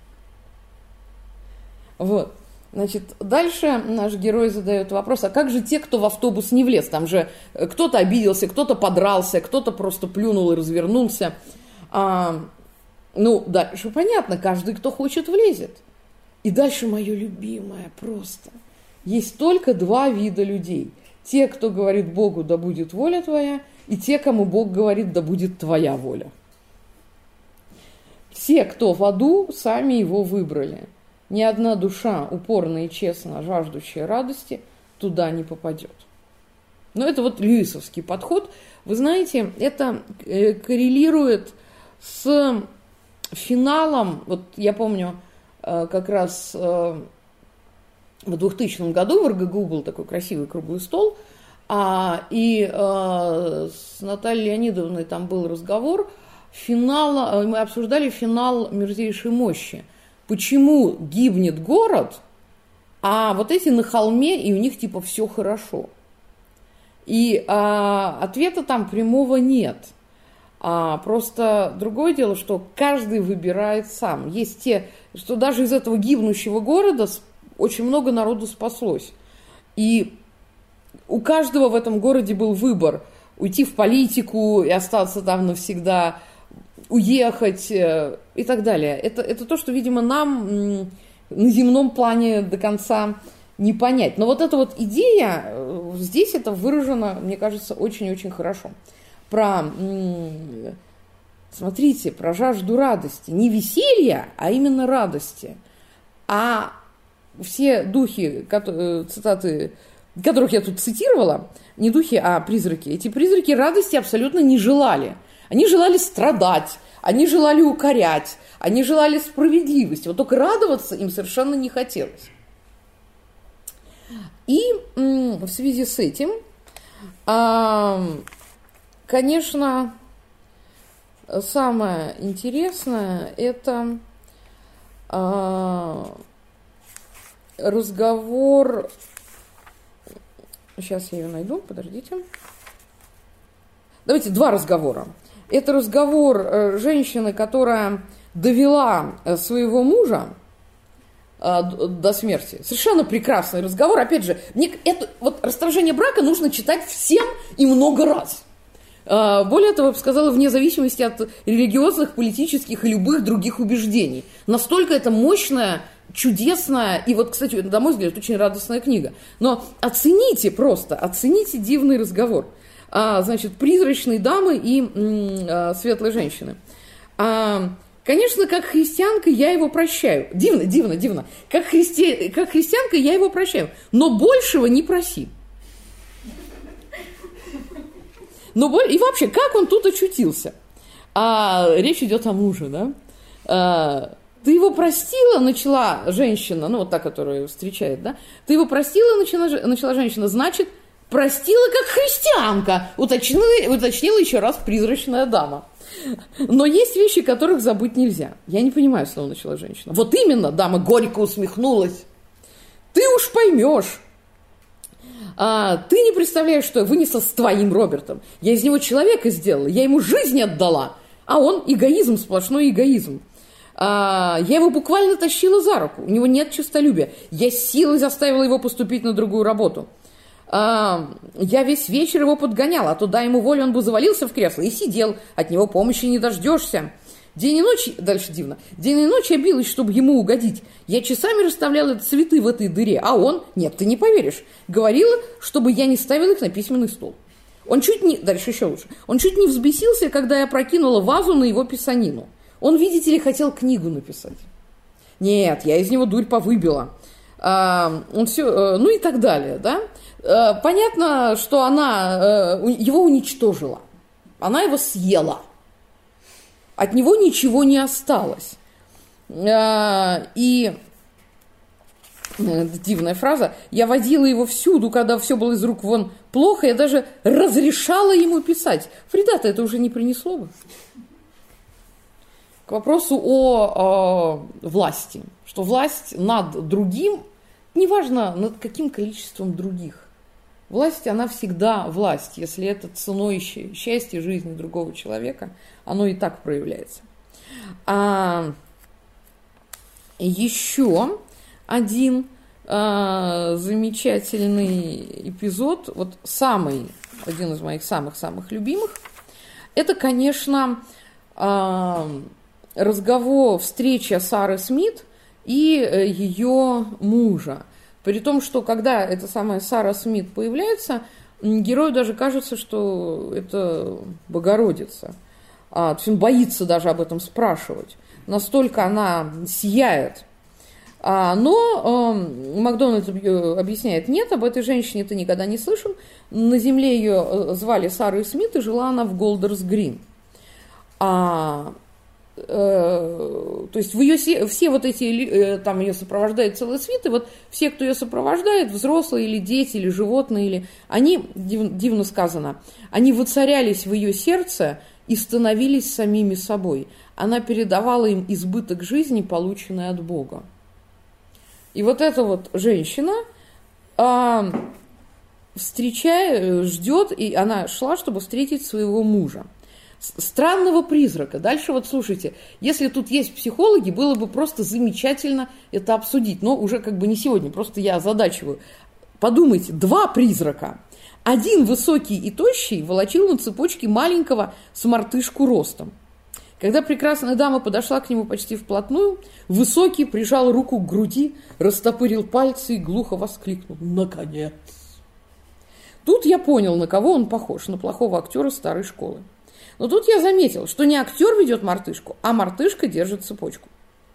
Вот. Значит, дальше наш герой задает вопрос, а как же те, кто в автобус не влез? Там же кто-то обиделся, кто-то подрался, кто-то просто плюнул и развернулся. А, ну, дальше понятно, каждый, кто хочет, влезет. И дальше мое любимое просто... Есть только два вида людей. Те, кто говорит Богу, да будет воля твоя, и те, кому Бог говорит, да будет твоя воля. Все, кто в аду, сами его выбрали. Ни одна душа, упорно и честно жаждущая радости, туда не попадет. Но это вот льюисовский подход. Вы знаете, это коррелирует с финалом. Вот я помню, как раз... В двухтысячном году в эр гэ гэ у был такой красивый круглый стол, а, и а, с Натальей Леонидовной там был разговор, финала, мы обсуждали финал «Мерзейшей мощи». Почему гибнет город, а вот эти на холме, и у них типа все хорошо. И а, ответа там прямого нет. А, просто другое дело, что каждый выбирает сам. Есть те, что даже из этого гибнущего города очень много народу спаслось. И у каждого в этом городе был выбор. Уйти в политику и остаться там навсегда, уехать и так далее. Это, это то, что, видимо, нам на земном плане до конца не понять. Но вот эта вот идея, здесь это выражено, мне кажется, очень-очень хорошо. Про, смотрите, про жажду радости. Не веселья, а именно радости. А все духи, цитаты, которых я тут цитировала, не духи, а призраки, эти призраки радости абсолютно не желали. Они желали страдать, они желали укорять, они желали справедливости. Вот только радоваться им совершенно не хотелось. И в связи с этим, конечно, самое интересное – это разговор, сейчас я ее найду, подождите. Давайте два разговора. Это разговор женщины, которая довела своего мужа до смерти. Совершенно прекрасный разговор. Опять же, мне это, вот расторжение брака нужно читать всем и много раз. Более того, я бы сказала, вне зависимости от религиозных, политических и любых других убеждений. Настолько это мощная, чудесная и вот, кстати, на мой взгляд, очень радостная книга. Но оцените просто, оцените дивный разговор. А, значит, призрачной дамы и а, светлой женщины. А, конечно, как христианка я его прощаю. Дивно, дивно, дивно. Как, христи... как христианка я его прощаю. Но большего не проси. Но боль... И вообще, как он тут очутился? А, речь идет о муже, да? А, ты его простила, начала женщина, ну вот та, которая встречает, да? Ты его простила, начала, начала женщина, значит, простила как христианка, уточнила, уточнила еще раз призрачная дама. Но есть вещи, которых забыть нельзя. Я не понимаю, снова начала женщина. Вот именно, дама горько усмехнулась. Ты уж поймешь. А, ты не представляешь, что я вынесла с твоим Робертом. Я из него человека сделала, я ему жизнь отдала. А он эгоизм, сплошной эгоизм. А, я его буквально тащила за руку, у него нет честолюбия. Я силой заставила его поступить на другую работу. А, я весь вечер его подгонял, а то дай ему волю, он бы завалился в кресло и сидел, от него помощи не дождешься. День и ночь, дальше дивно, день и ночь я билась, чтобы ему угодить. Я часами расставляла цветы в этой дыре, а он, нет, ты не поверишь, говорила, чтобы я не ставила их на письменный стол. Он чуть не, дальше еще лучше, он чуть не взбесился, когда я прокинула вазу на его писанину. Он, видите ли, хотел книгу написать. Нет, я из него дурь повыбила. А, он все, ну и так далее, да. А, понятно, что она его уничтожила. Она его съела. От него ничего не осталось. А, и дивная фраза. Я водила его всюду, когда все было из рук вон плохо. Я даже разрешала ему писать. Вреда-то это уже не принесло бы. К вопросу о, о власти. Что власть над другим, неважно над каким количеством других. Власть, она всегда власть. Если это ценой счастья жизни другого человека, оно и так проявляется. А еще один а, замечательный эпизод, вот самый, один из моих самых-самых любимых, это, конечно, а, разговор, встреча Сары Смит и ее мужа. При том, что когда эта самая Сара Смит появляется, герою даже кажется, что это Богородица. А, то есть он боится даже об этом спрашивать. Настолько она сияет. А, но э, Макдональд объясняет, нет, об этой женщине ты никогда не слышал. На земле ее звали Сарой Смит, и жила она в Голдерс Грин. А, э, то есть в ее, все вот эти, э, там ее сопровождает целый свит, и вот все, кто ее сопровождает, взрослые или дети, или животные, или, они, див, дивно сказано, они воцарялись в ее сердце и становились самими собой. Она передавала им избыток жизни, полученный от Бога. И вот эта вот женщина а, встречая, ждет, и она шла, чтобы встретить своего мужа. Странного призрака. Дальше вот слушайте, если тут есть психологи, было бы просто замечательно это обсудить. Но уже как бы не сегодня, просто я озадачиваю. Подумайте, два призрака. Один высокий и тощий волочил на цепочке маленького смартышку ростом. Когда прекрасная дама подошла к нему почти вплотную, высокий прижал руку к груди, растопырил пальцы и глухо воскликнул: «Наконец!». Тут я понял, на кого он похож, на плохого актера старой школы. Но тут я заметил, что не актер ведет мартышку, а мартышка держит цепочку.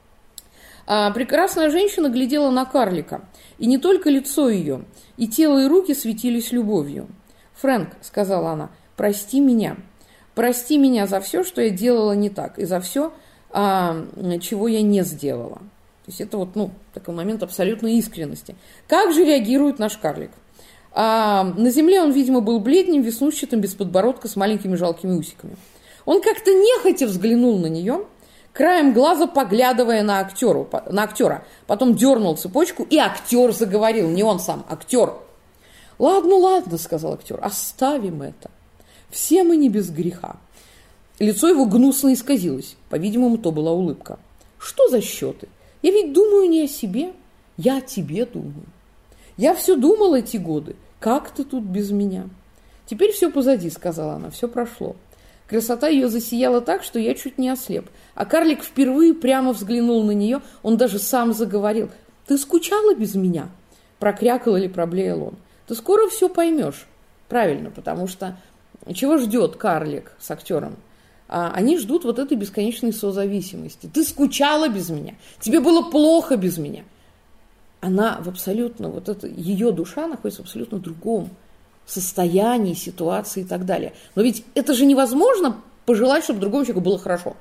А прекрасная женщина глядела на карлика, и не только лицо ее, и тело, и руки светились любовью. «Фрэнк», — сказала она, — «прости меня. Прости меня за все, что я делала не так, и за все, а, чего я не сделала». То есть это вот, ну, такой момент абсолютной искренности. Как же реагирует наш карлик? А, на земле он, видимо, был бледным, веснушчатым, без подбородка, с маленькими жалкими усиками. Он как-то нехотя взглянул на нее, краем глаза поглядывая на, актеру, на актера. Потом дернул цепочку, и актер заговорил, не он сам, актер. «Ладно, ладно», — сказал актер, — «оставим это. Все мы не без греха». Лицо его гнусно исказилось. По-видимому, то была улыбка. «Что за счеты? Я ведь думаю не о себе, я о тебе думаю. Я все думала эти годы. Как ты тут без меня?» «Теперь все позади», — сказала она, — «все прошло». Красота ее засияла так, что я чуть не ослеп. А карлик впервые прямо взглянул на нее, он даже сам заговорил. «Ты скучала без меня?» Прокрякал или проблеял он. «Ты скоро все поймешь». Правильно, потому что чего ждет карлик с актером? А они ждут вот этой бесконечной созависимости. «Ты скучала без меня, тебе было плохо без меня». Она в абсолютно, вот это, ее душа находится в абсолютно другом состоянии, ситуации и так далее. Но ведь это же невозможно пожелать, чтобы другому человеку было хорошо.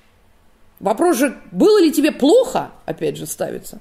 Вопрос же, было ли тебе плохо, опять же, ставится.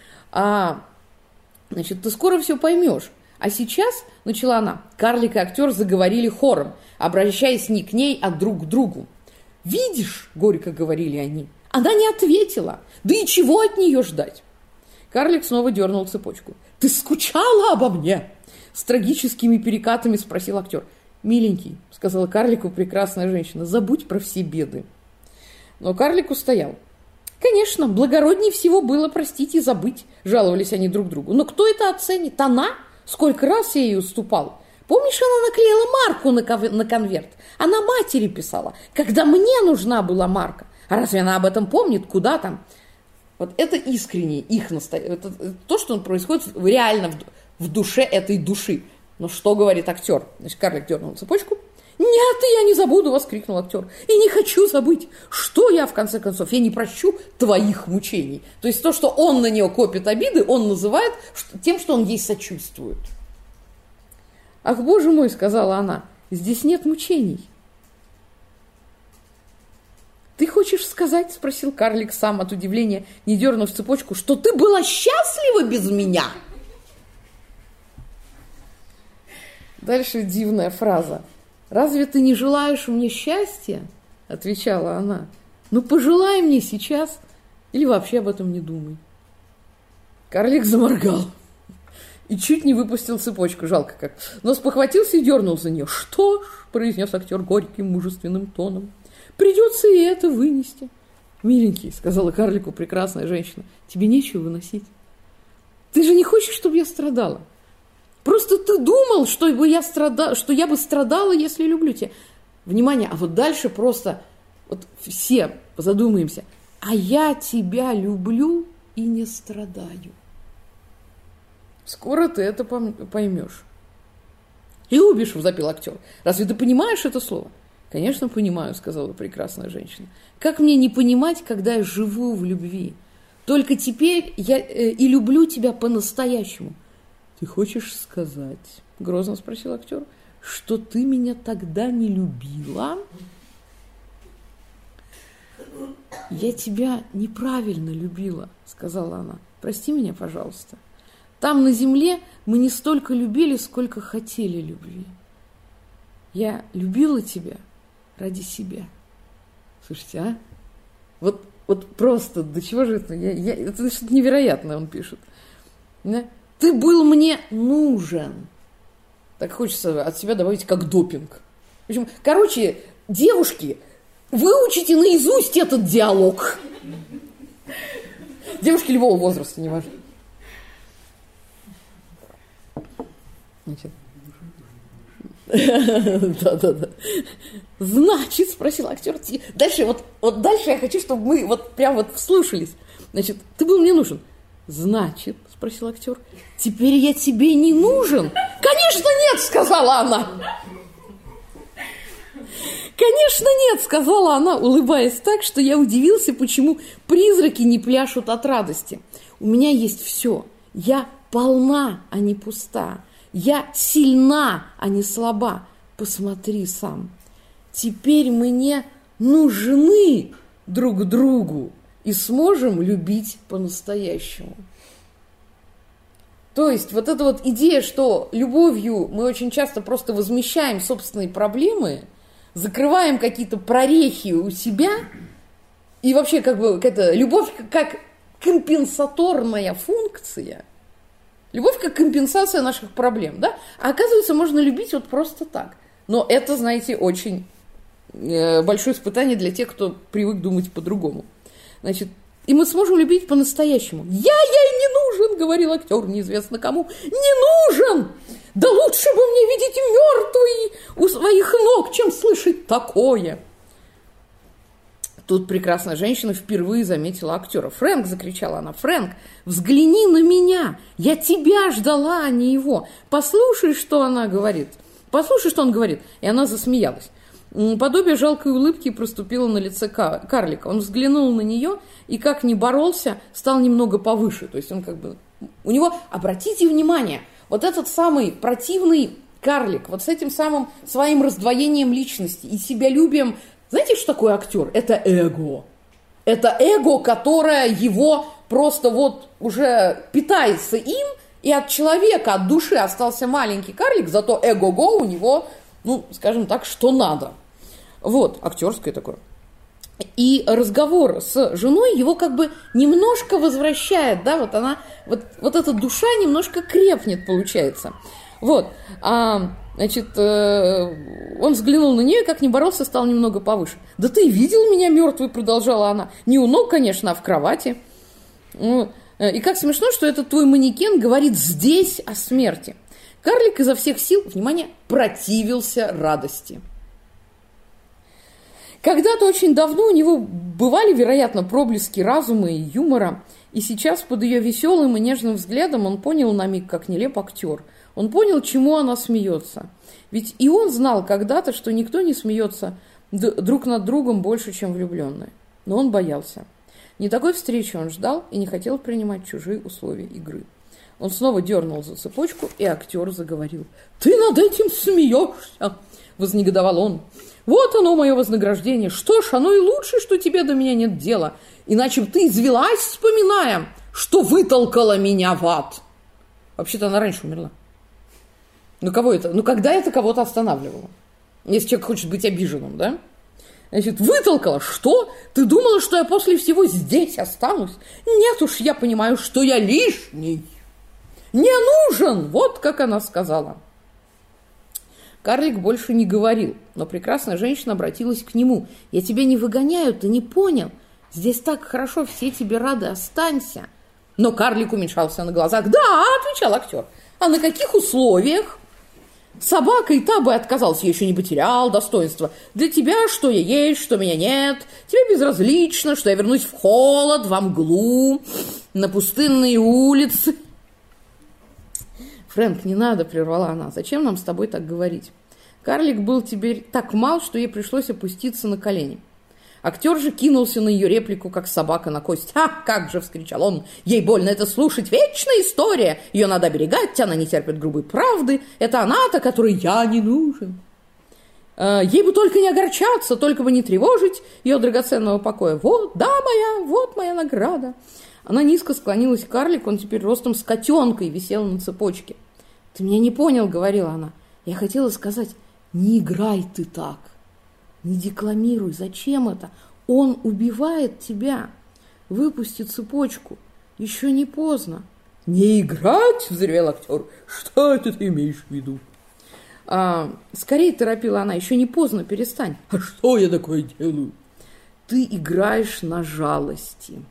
А, значит, ты скоро все поймешь. А сейчас, начала она, карлик и актер заговорили хором, обращаясь не к ней, а друг к другу. «Видишь, — горько говорили они, — она не ответила. Да и чего от нее ждать?» Карлик снова дернул цепочку. «Ты скучала обо мне?» С трагическими перекатами спросил актер. «Миленький, — сказала карлику прекрасная женщина, — забудь про все беды». Но карлик устоял. «Конечно, благороднее всего было простить и забыть», — жаловались они друг другу. «Но кто это оценит? Она? Сколько раз я ей уступал. Помнишь, она наклеила марку на, ков- на конверт? Она матери писала, когда мне нужна была марка. А разве она об этом помнит? Куда там? Вот это искренне их настоящее. Это, это то, что происходит реально в, в душе этой души. Но что говорит актер? Значит, карлик дернул цепочку. «Нет, я не забуду!» — воскликнул актер. «И не хочу забыть! Что я, в конце концов? Я не прощу твоих мучений!» То есть то, что он на нее копит обиды, он называет тем, что он ей сочувствует. «Ах, боже мой!» — сказала она. «Здесь нет мучений!» «Ты хочешь сказать, — спросил карлик сам от удивления, не дернув цепочку, — что ты была счастлива без меня?» Дальше дивная фраза. «Разве ты не желаешь мне счастья?» — отвечала она. «Ну, пожелай мне сейчас, или вообще об этом не думай». Карлик заморгал и чуть не выпустил цепочку, жалко как. Но спохватился и дернул за нее. «Что ж, — произнес актер горьким, мужественным тоном, — придется и это вынести». «Миленький, — сказала карлику прекрасная женщина, — тебе нечего выносить. Ты же не хочешь, чтобы я страдала? Просто ты думал, что, бы я, страда... что я бы страдала, если люблю тебя». Внимание, а вот дальше просто вот все задумаемся. «А я тебя люблю и не страдаю». Скоро ты это поймешь. «Любишь, — возопил актер. — Разве ты понимаешь это слово?» «Конечно, понимаю, — сказала прекрасная женщина. Как мне не понимать, когда я живу в любви? Только теперь я э, и люблю тебя по-настоящему». «Ты хочешь сказать, — грозно спросил актер, — что ты меня тогда не любила?» «Я тебя неправильно любила, — сказала она. — Прости меня, пожалуйста. Там на земле мы не столько любили, сколько хотели любви. Я любила тебя ради себя». Слушайте, а? Вот, вот просто, до чего же это? Я, я, это что-то невероятное он пишет. Да? «Ты был мне нужен». Так хочется от себя добавить как допинг. В общем, короче, девушки, выучите наизусть этот диалог. Девушки любого возраста, неважно. Значит. Да-да-да. «Значит, — спросил актер, — дальше, вот, вот дальше я хочу, чтобы мы вот прям вот вслушались. Значит, ты был мне нужен». «Значит, — спросил актер, — теперь я тебе не нужен?» «Конечно нет, — сказала она. «Конечно нет, — сказала она, улыбаясь так, что я удивился, почему призраки не пляшут от радости. У меня есть все. Я полна, а не пуста. Я сильна, а не слаба. Посмотри сам. Теперь мы не нужны друг другу и сможем любить по-настоящему». То есть вот эта вот идея, что любовью мы очень часто просто возмещаем собственные проблемы, закрываем какие-то прорехи у себя, и вообще как бы это любовь как компенсаторная функция, любовь как компенсация наших проблем, да? А оказывается, можно любить вот просто так. Но это, знаете, очень большое испытание для тех, кто привык думать по-другому. Значит, и мы сможем любить по-настоящему. «Я ей не нужен, — говорил актер неизвестно кому, — не нужен! Да лучше бы мне видеть мертвый у своих ног, чем слышать такое!» Тут прекрасная женщина впервые заметила актера. «Фрэнк, — закричала она, — Фрэнк, взгляни на меня! Я тебя ждала, а не его! Послушай, что она говорит! Послушай, что он говорит!» И она засмеялась. Подобие жалкой улыбки проступило на лице карлика. Он взглянул на нее и, как ни боролся, стал немного повыше. То есть он как бы... У него, обратите внимание, вот этот самый противный карлик, вот с этим самым своим раздвоением личности и себялюбием. Знаете, что такое актер? Это эго. Это эго, которое его просто вот уже питается им, и от человека, от души остался маленький карлик, зато эго-го у него... Ну, скажем так, что надо. Вот, актерское такое. И разговор с женой его как бы немножко возвращает, да, вот она, вот, вот эта душа немножко крепнет, получается. Вот, а, значит, э, он взглянул на нее, как ни боролся, стал немного повыше. «Да ты видел меня мертвой?» — продолжала она. «Не у ног, конечно, а в кровати. Ну, и как смешно, что этот твой манекен говорит здесь о смерти. Карлик изо всех сил, внимание, противился радости. Когда-то очень давно у него бывали, вероятно, проблески разума и юмора, и сейчас под ее веселым и нежным взглядом он понял на миг, как нелеп актер. Он понял, чему она смеется. Ведь и он знал когда-то, что никто не смеется друг над другом больше, чем влюбленные. Но он боялся. Не такой встречи он ждал и не хотел принимать чужие условия игры. Он снова дернул за цепочку, и актер заговорил. «Ты над этим смеешься!» – вознегодовал он. «Вот оно, мое вознаграждение. Что ж, оно и лучше, что тебе до меня нет дела. Иначе бы ты извелась, вспоминая, что вытолкала меня в ад». Вообще-то она раньше умерла. Ну, кого это? Ну, когда это кого-то останавливало? Если человек хочет быть обиженным, да? Значит, вытолкала. Что? Ты думала, что я после всего здесь останусь? Нет уж, я понимаю, что я лишний. Не нужен. Вот как она сказала. Карлик больше не говорил, но прекрасная женщина обратилась к нему. «Я тебя не выгоняю, ты не понял? Здесь так хорошо, все тебе рады, останься». Но карлик уменьшался на глазах. «Да», – отвечал актер. «А на каких условиях?» «Собака и та бы отказалась, я еще не потерял достоинства. Для тебя что я есть, что меня нет. Тебе безразлично, что я вернусь в холод, во мглу, на пустынные улицы». «Фрэнк, не надо», – прервала она. «Зачем нам с тобой так говорить? Карлик был теперь так мал, что ей пришлось опуститься на колени». Актер же кинулся на ее реплику, как собака на кость. «А, как же!» – вскричал он. «Ей больно это слушать. Вечная история. Ее надо оберегать, она не терпит грубой правды. Это она-то, которой я не нужен. Ей бы только не огорчаться, только бы не тревожить ее драгоценного покоя. Вот, да, моя, вот моя награда». Она низко склонилась к карлику, он теперь ростом с котенкой висел на цепочке. «Ты меня не понял», — говорила она. «Я хотела сказать, не играй ты так, не декламируй, зачем это? Он убивает тебя. Выпусти цепочку, еще не поздно». «Не играть?» — взревел актер. «Что это ты имеешь в виду?» а, «Скорее», — торопила она, — «еще не поздно, перестань». «А что я такое делаю?» «Ты играешь на жалости».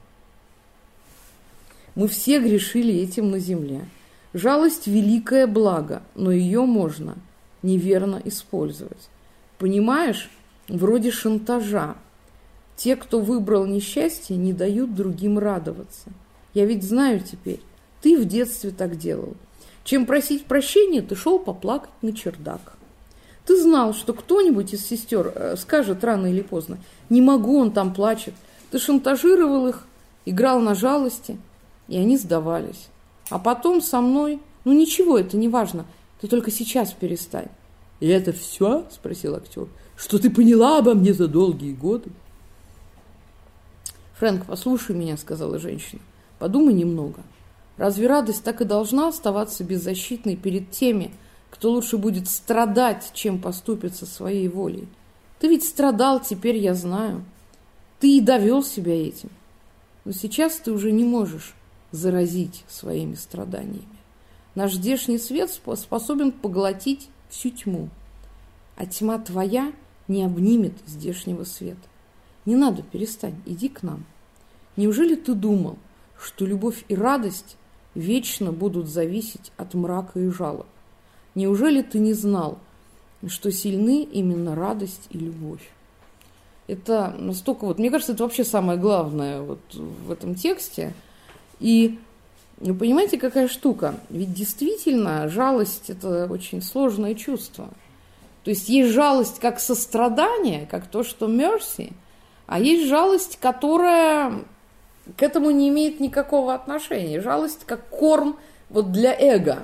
Мы все грешили этим на земле. Жалость – великое благо, но ее можно неверно использовать. Понимаешь, вроде шантажа. Те, кто выбрал несчастье, не дают другим радоваться. Я ведь знаю теперь, ты в детстве так делал. Чем просить прощения, ты шел поплакать на чердак. Ты знал, что кто-нибудь из сестер скажет рано или поздно, не могу, он там плачет. Ты шантажировал их, играл на жалости, и они сдавались. А потом со мной, ну ничего, это не важно, ты только сейчас перестань. «И это все?» – спросил актер. «Что ты поняла обо мне за долгие годы?» «Фрэнк, послушай меня», – сказала женщина. «Подумай немного. Разве радость так и должна оставаться беззащитной перед теми, кто лучше будет страдать, чем поступит со своей волей? Ты ведь страдал, теперь я знаю. Ты и довел себя этим. Но сейчас ты уже не можешь заразить своими страданиями. Наш здешний свет способен поглотить всю тьму, а тьма твоя не обнимет здешнего света. Не надо, перестань, иди к нам. Неужели ты думал, что любовь и радость вечно будут зависеть от мрака и жалоб? Неужели ты не знал, что сильны именно радость и любовь?» Это настолько вот, мне кажется, это вообще самое главное вот в этом тексте. И вы понимаете, какая штука? Ведь действительно жалость – это очень сложное чувство. То есть есть жалость как сострадание, как то, что mercy, а есть жалость, которая к этому не имеет никакого отношения. Жалость как корм вот для эго.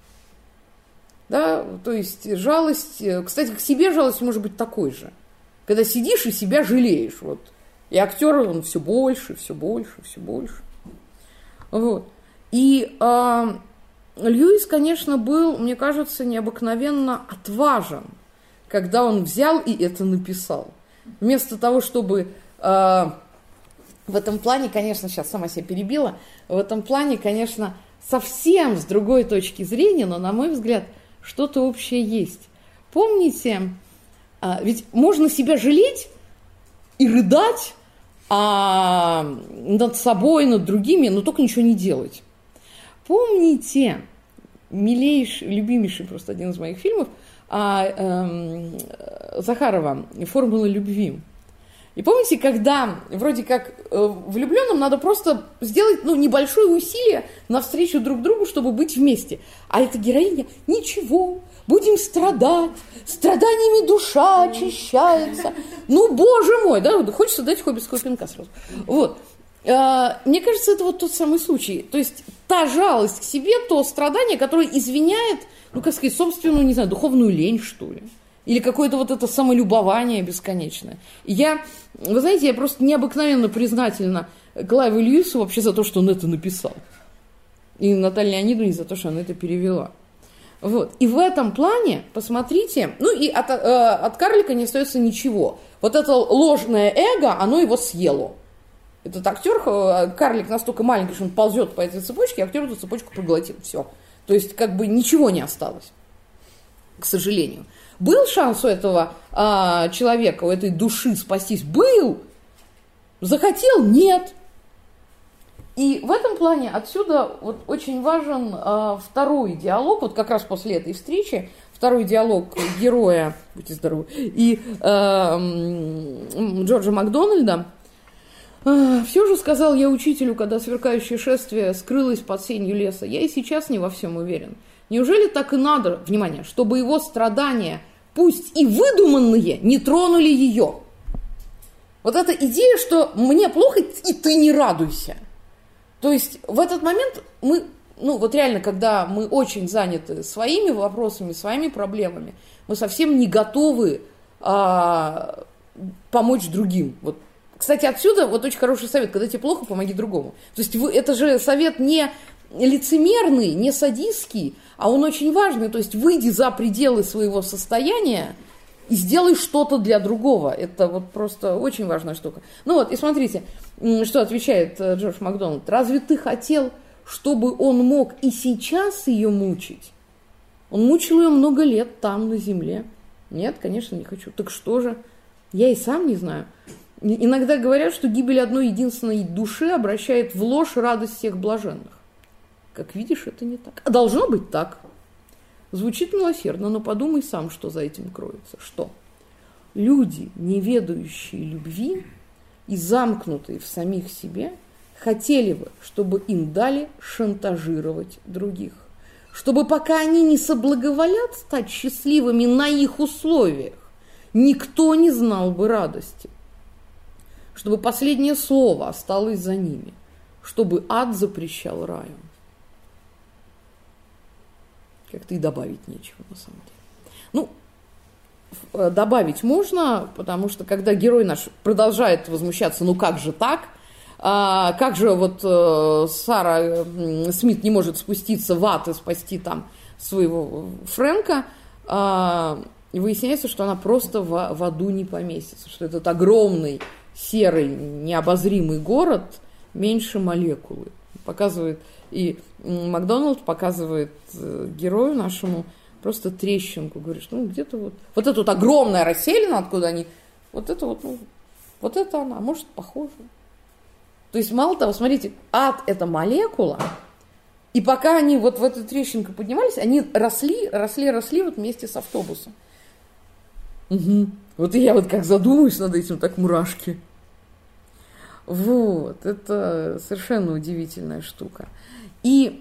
Да? То есть жалость, кстати, к себе жалость может быть такой же. Когда сидишь и себя жалеешь. Вот. И актер, он все больше, все больше, все больше. Вот. И э, Льюис, конечно, был, мне кажется, необыкновенно отважен, когда он взял и это написал. Вместо того, чтобы э, в этом плане, конечно, сейчас сама себя перебила, в этом плане, конечно, совсем с другой точки зрения, но, на мой взгляд, что-то общее есть. Помните, э, ведь можно себя жалеть и рыдать, а над собой, над другими, но только ничего не делать. Помните, милейший, любимейший просто один из моих фильмов а, эм, Захарова «Формула любви». И помните, когда вроде как э, влюбленным надо просто сделать ну, небольшое усилие навстречу друг другу, чтобы быть вместе. А эта героиня – ничего, будем страдать, страданиями душа очищается. Ну, боже мой, да, хочется дать хоббитского пинка сразу. Вот. Э, мне кажется, это вот тот самый случай. То есть та жалость к себе, то страдание, которое извиняет, ну, как сказать, собственную, не знаю, духовную лень, что ли. Или какое-то вот это самолюбование бесконечное. И я, вы знаете, я просто необыкновенно признательна Клайву Льюису вообще за то, что он это написал. И Наталье Леонидовне за то, что она это перевела. Вот. И в этом плане, посмотрите, ну и от, э, от карлика не остается ничего. Вот это ложное эго, оно его съело. Этот актер, карлик настолько маленький, что он ползет по этой цепочке, актер эту цепочку проглотил. Все. То есть как бы ничего не осталось, к сожалению. Был шанс у этого а, человека, у этой души спастись? Был. Захотел? Нет. И в этом плане отсюда вот очень важен а, второй диалог, вот как раз после этой встречи, второй диалог героя, будьте здоровы, и а, Джорджа Макдональда. А, «Все же, сказал я учителю, когда сверкающее шествие скрылось под сенью леса, я и сейчас не во всем уверен. Неужели так и надо, внимание, чтобы его страдания, пусть и выдуманные, не тронули ее?» Вот эта идея, что мне плохо, и ты не радуйся. То есть в этот момент мы, ну вот реально, когда мы очень заняты своими вопросами, своими проблемами, мы совсем не готовы а, помочь другим. Вот. Кстати, отсюда вот очень хороший совет, когда тебе плохо, помоги другому. То есть вы, это же совет не лицемерный, не садистский, а он очень важный. То есть выйди за пределы своего состояния и сделай что-то для другого. Это вот просто очень важная штука. Ну вот, и смотрите, что отвечает Джордж Макдональд. «Разве ты хотел, чтобы он мог и сейчас ее мучить? Он мучил ее много лет там, на земле. Нет, конечно, не хочу. Так что же? Я и сам не знаю. Иногда говорят, что гибель одной единственной души обращает в ложь радость всех блаженных. Как видишь, это не так. А должно быть так. Звучит милосердно, но подумай сам, что за этим кроется. Что? Люди, не ведающие любви и замкнутые в самих себе, хотели бы, чтобы им дали шантажировать других. Чтобы пока они не соблаговолят стать счастливыми на их условиях, никто не знал бы радости. Чтобы последнее слово осталось за ними. Чтобы ад запрещал раю». Как-то и добавить нечего, на самом деле. Ну, добавить можно, потому что когда герой наш продолжает возмущаться, ну как же так? А, как же вот э, Сара Смит не может спуститься в ад и спасти там своего Фрэнка, а, и выясняется, что она просто в, в аду не поместится, что этот огромный серый необозримый город меньше молекулы. Показывает и Макдональд показывает герою нашему просто трещинку. Говорит, ну где-то вот... Вот это вот огромная расселена, откуда они... Вот это вот, ну, вот это она, может, похоже. То есть, мало того, смотрите, ад – это молекула, и пока они вот в эту трещинку поднимались, они росли, росли, росли вот вместе с автобусом. Угу. Вот и я вот как задумаюсь над этим, так мурашки. Вот, это совершенно удивительная штука. И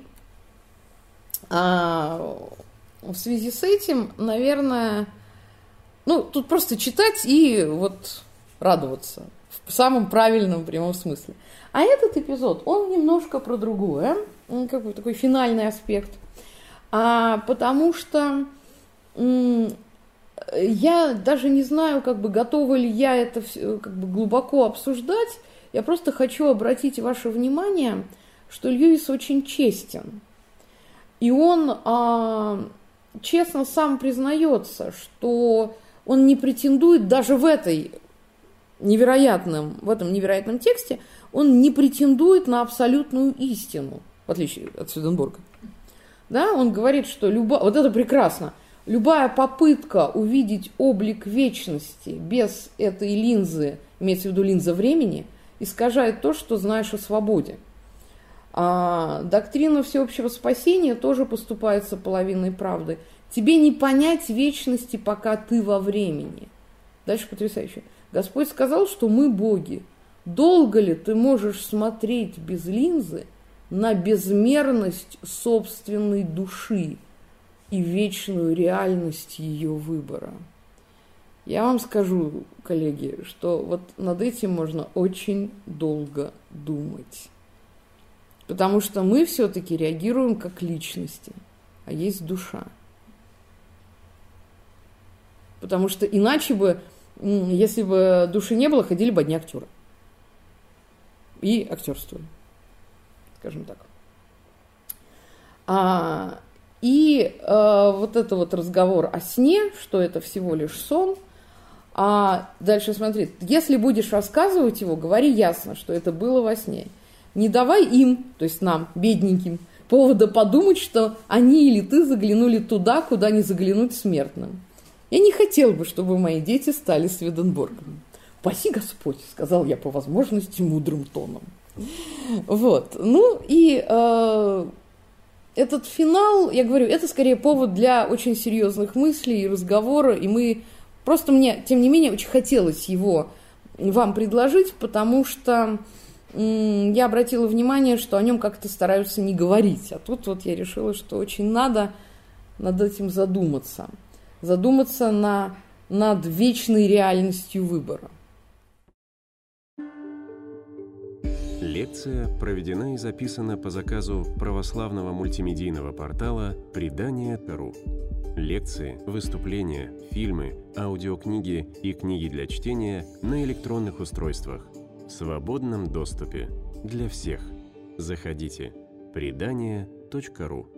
а, в связи с этим, наверное, ну, тут просто читать и вот радоваться в самом правильном прямом смысле. А этот эпизод, он немножко про другое, как бы такой финальный аспект, а, потому что м- я даже не знаю, как бы готова ли я это как бы глубоко обсуждать. Я просто хочу обратить ваше внимание, что Льюис очень честен. И он а, честно сам признается, что он не претендует даже в, этой невероятном, в этом невероятном тексте, он не претендует на абсолютную истину, в отличие от Сведенборга. Да? Он говорит, что любая, вот это прекрасно, любая попытка увидеть облик вечности без этой линзы, имеется в виду линза времени, искажает то, что знаешь о свободе. А доктрина всеобщего спасения тоже поступается половиной правды. Тебе не понять вечности, пока ты во времени. Дальше потрясающе. Господь сказал, что мы боги. Долго ли ты можешь смотреть без линзы на безмерность собственной души и вечную реальность ее выбора? Я вам скажу, коллеги, что вот над этим можно очень долго думать. Потому что мы все-таки реагируем как личности, а есть душа. Потому что иначе бы, если бы души не было, ходили бы одни актеры. И актерствовали, скажем так. А, и а, вот это вот разговор о сне, что это всего лишь сон. А дальше смотри, если будешь рассказывать его, говори ясно, что это было во сне. Не давай им, то есть нам, бедненьким, повода подумать, что они или ты заглянули туда, куда не заглянуть смертным. Я не хотел бы, чтобы мои дети стали Сведенборгом. «Паси Господь», — сказал я по возможности мудрым тоном. Вот. Ну и э, этот финал, я говорю, это скорее повод для очень серьезных мыслей и разговора, и мы просто мне, тем не менее, очень хотелось его вам предложить, потому что я обратила внимание, что о нем как-то стараются не говорить. А тут вот я решила, что очень надо над этим задуматься. Задуматься на, над вечной реальностью выбора. Лекция проведена и записана по заказу православного мультимедийного портала предания точка ру. Лекции, выступления, фильмы, аудиокниги и книги для чтения на электронных устройствах в свободном доступе для всех. Заходите предания точка ру.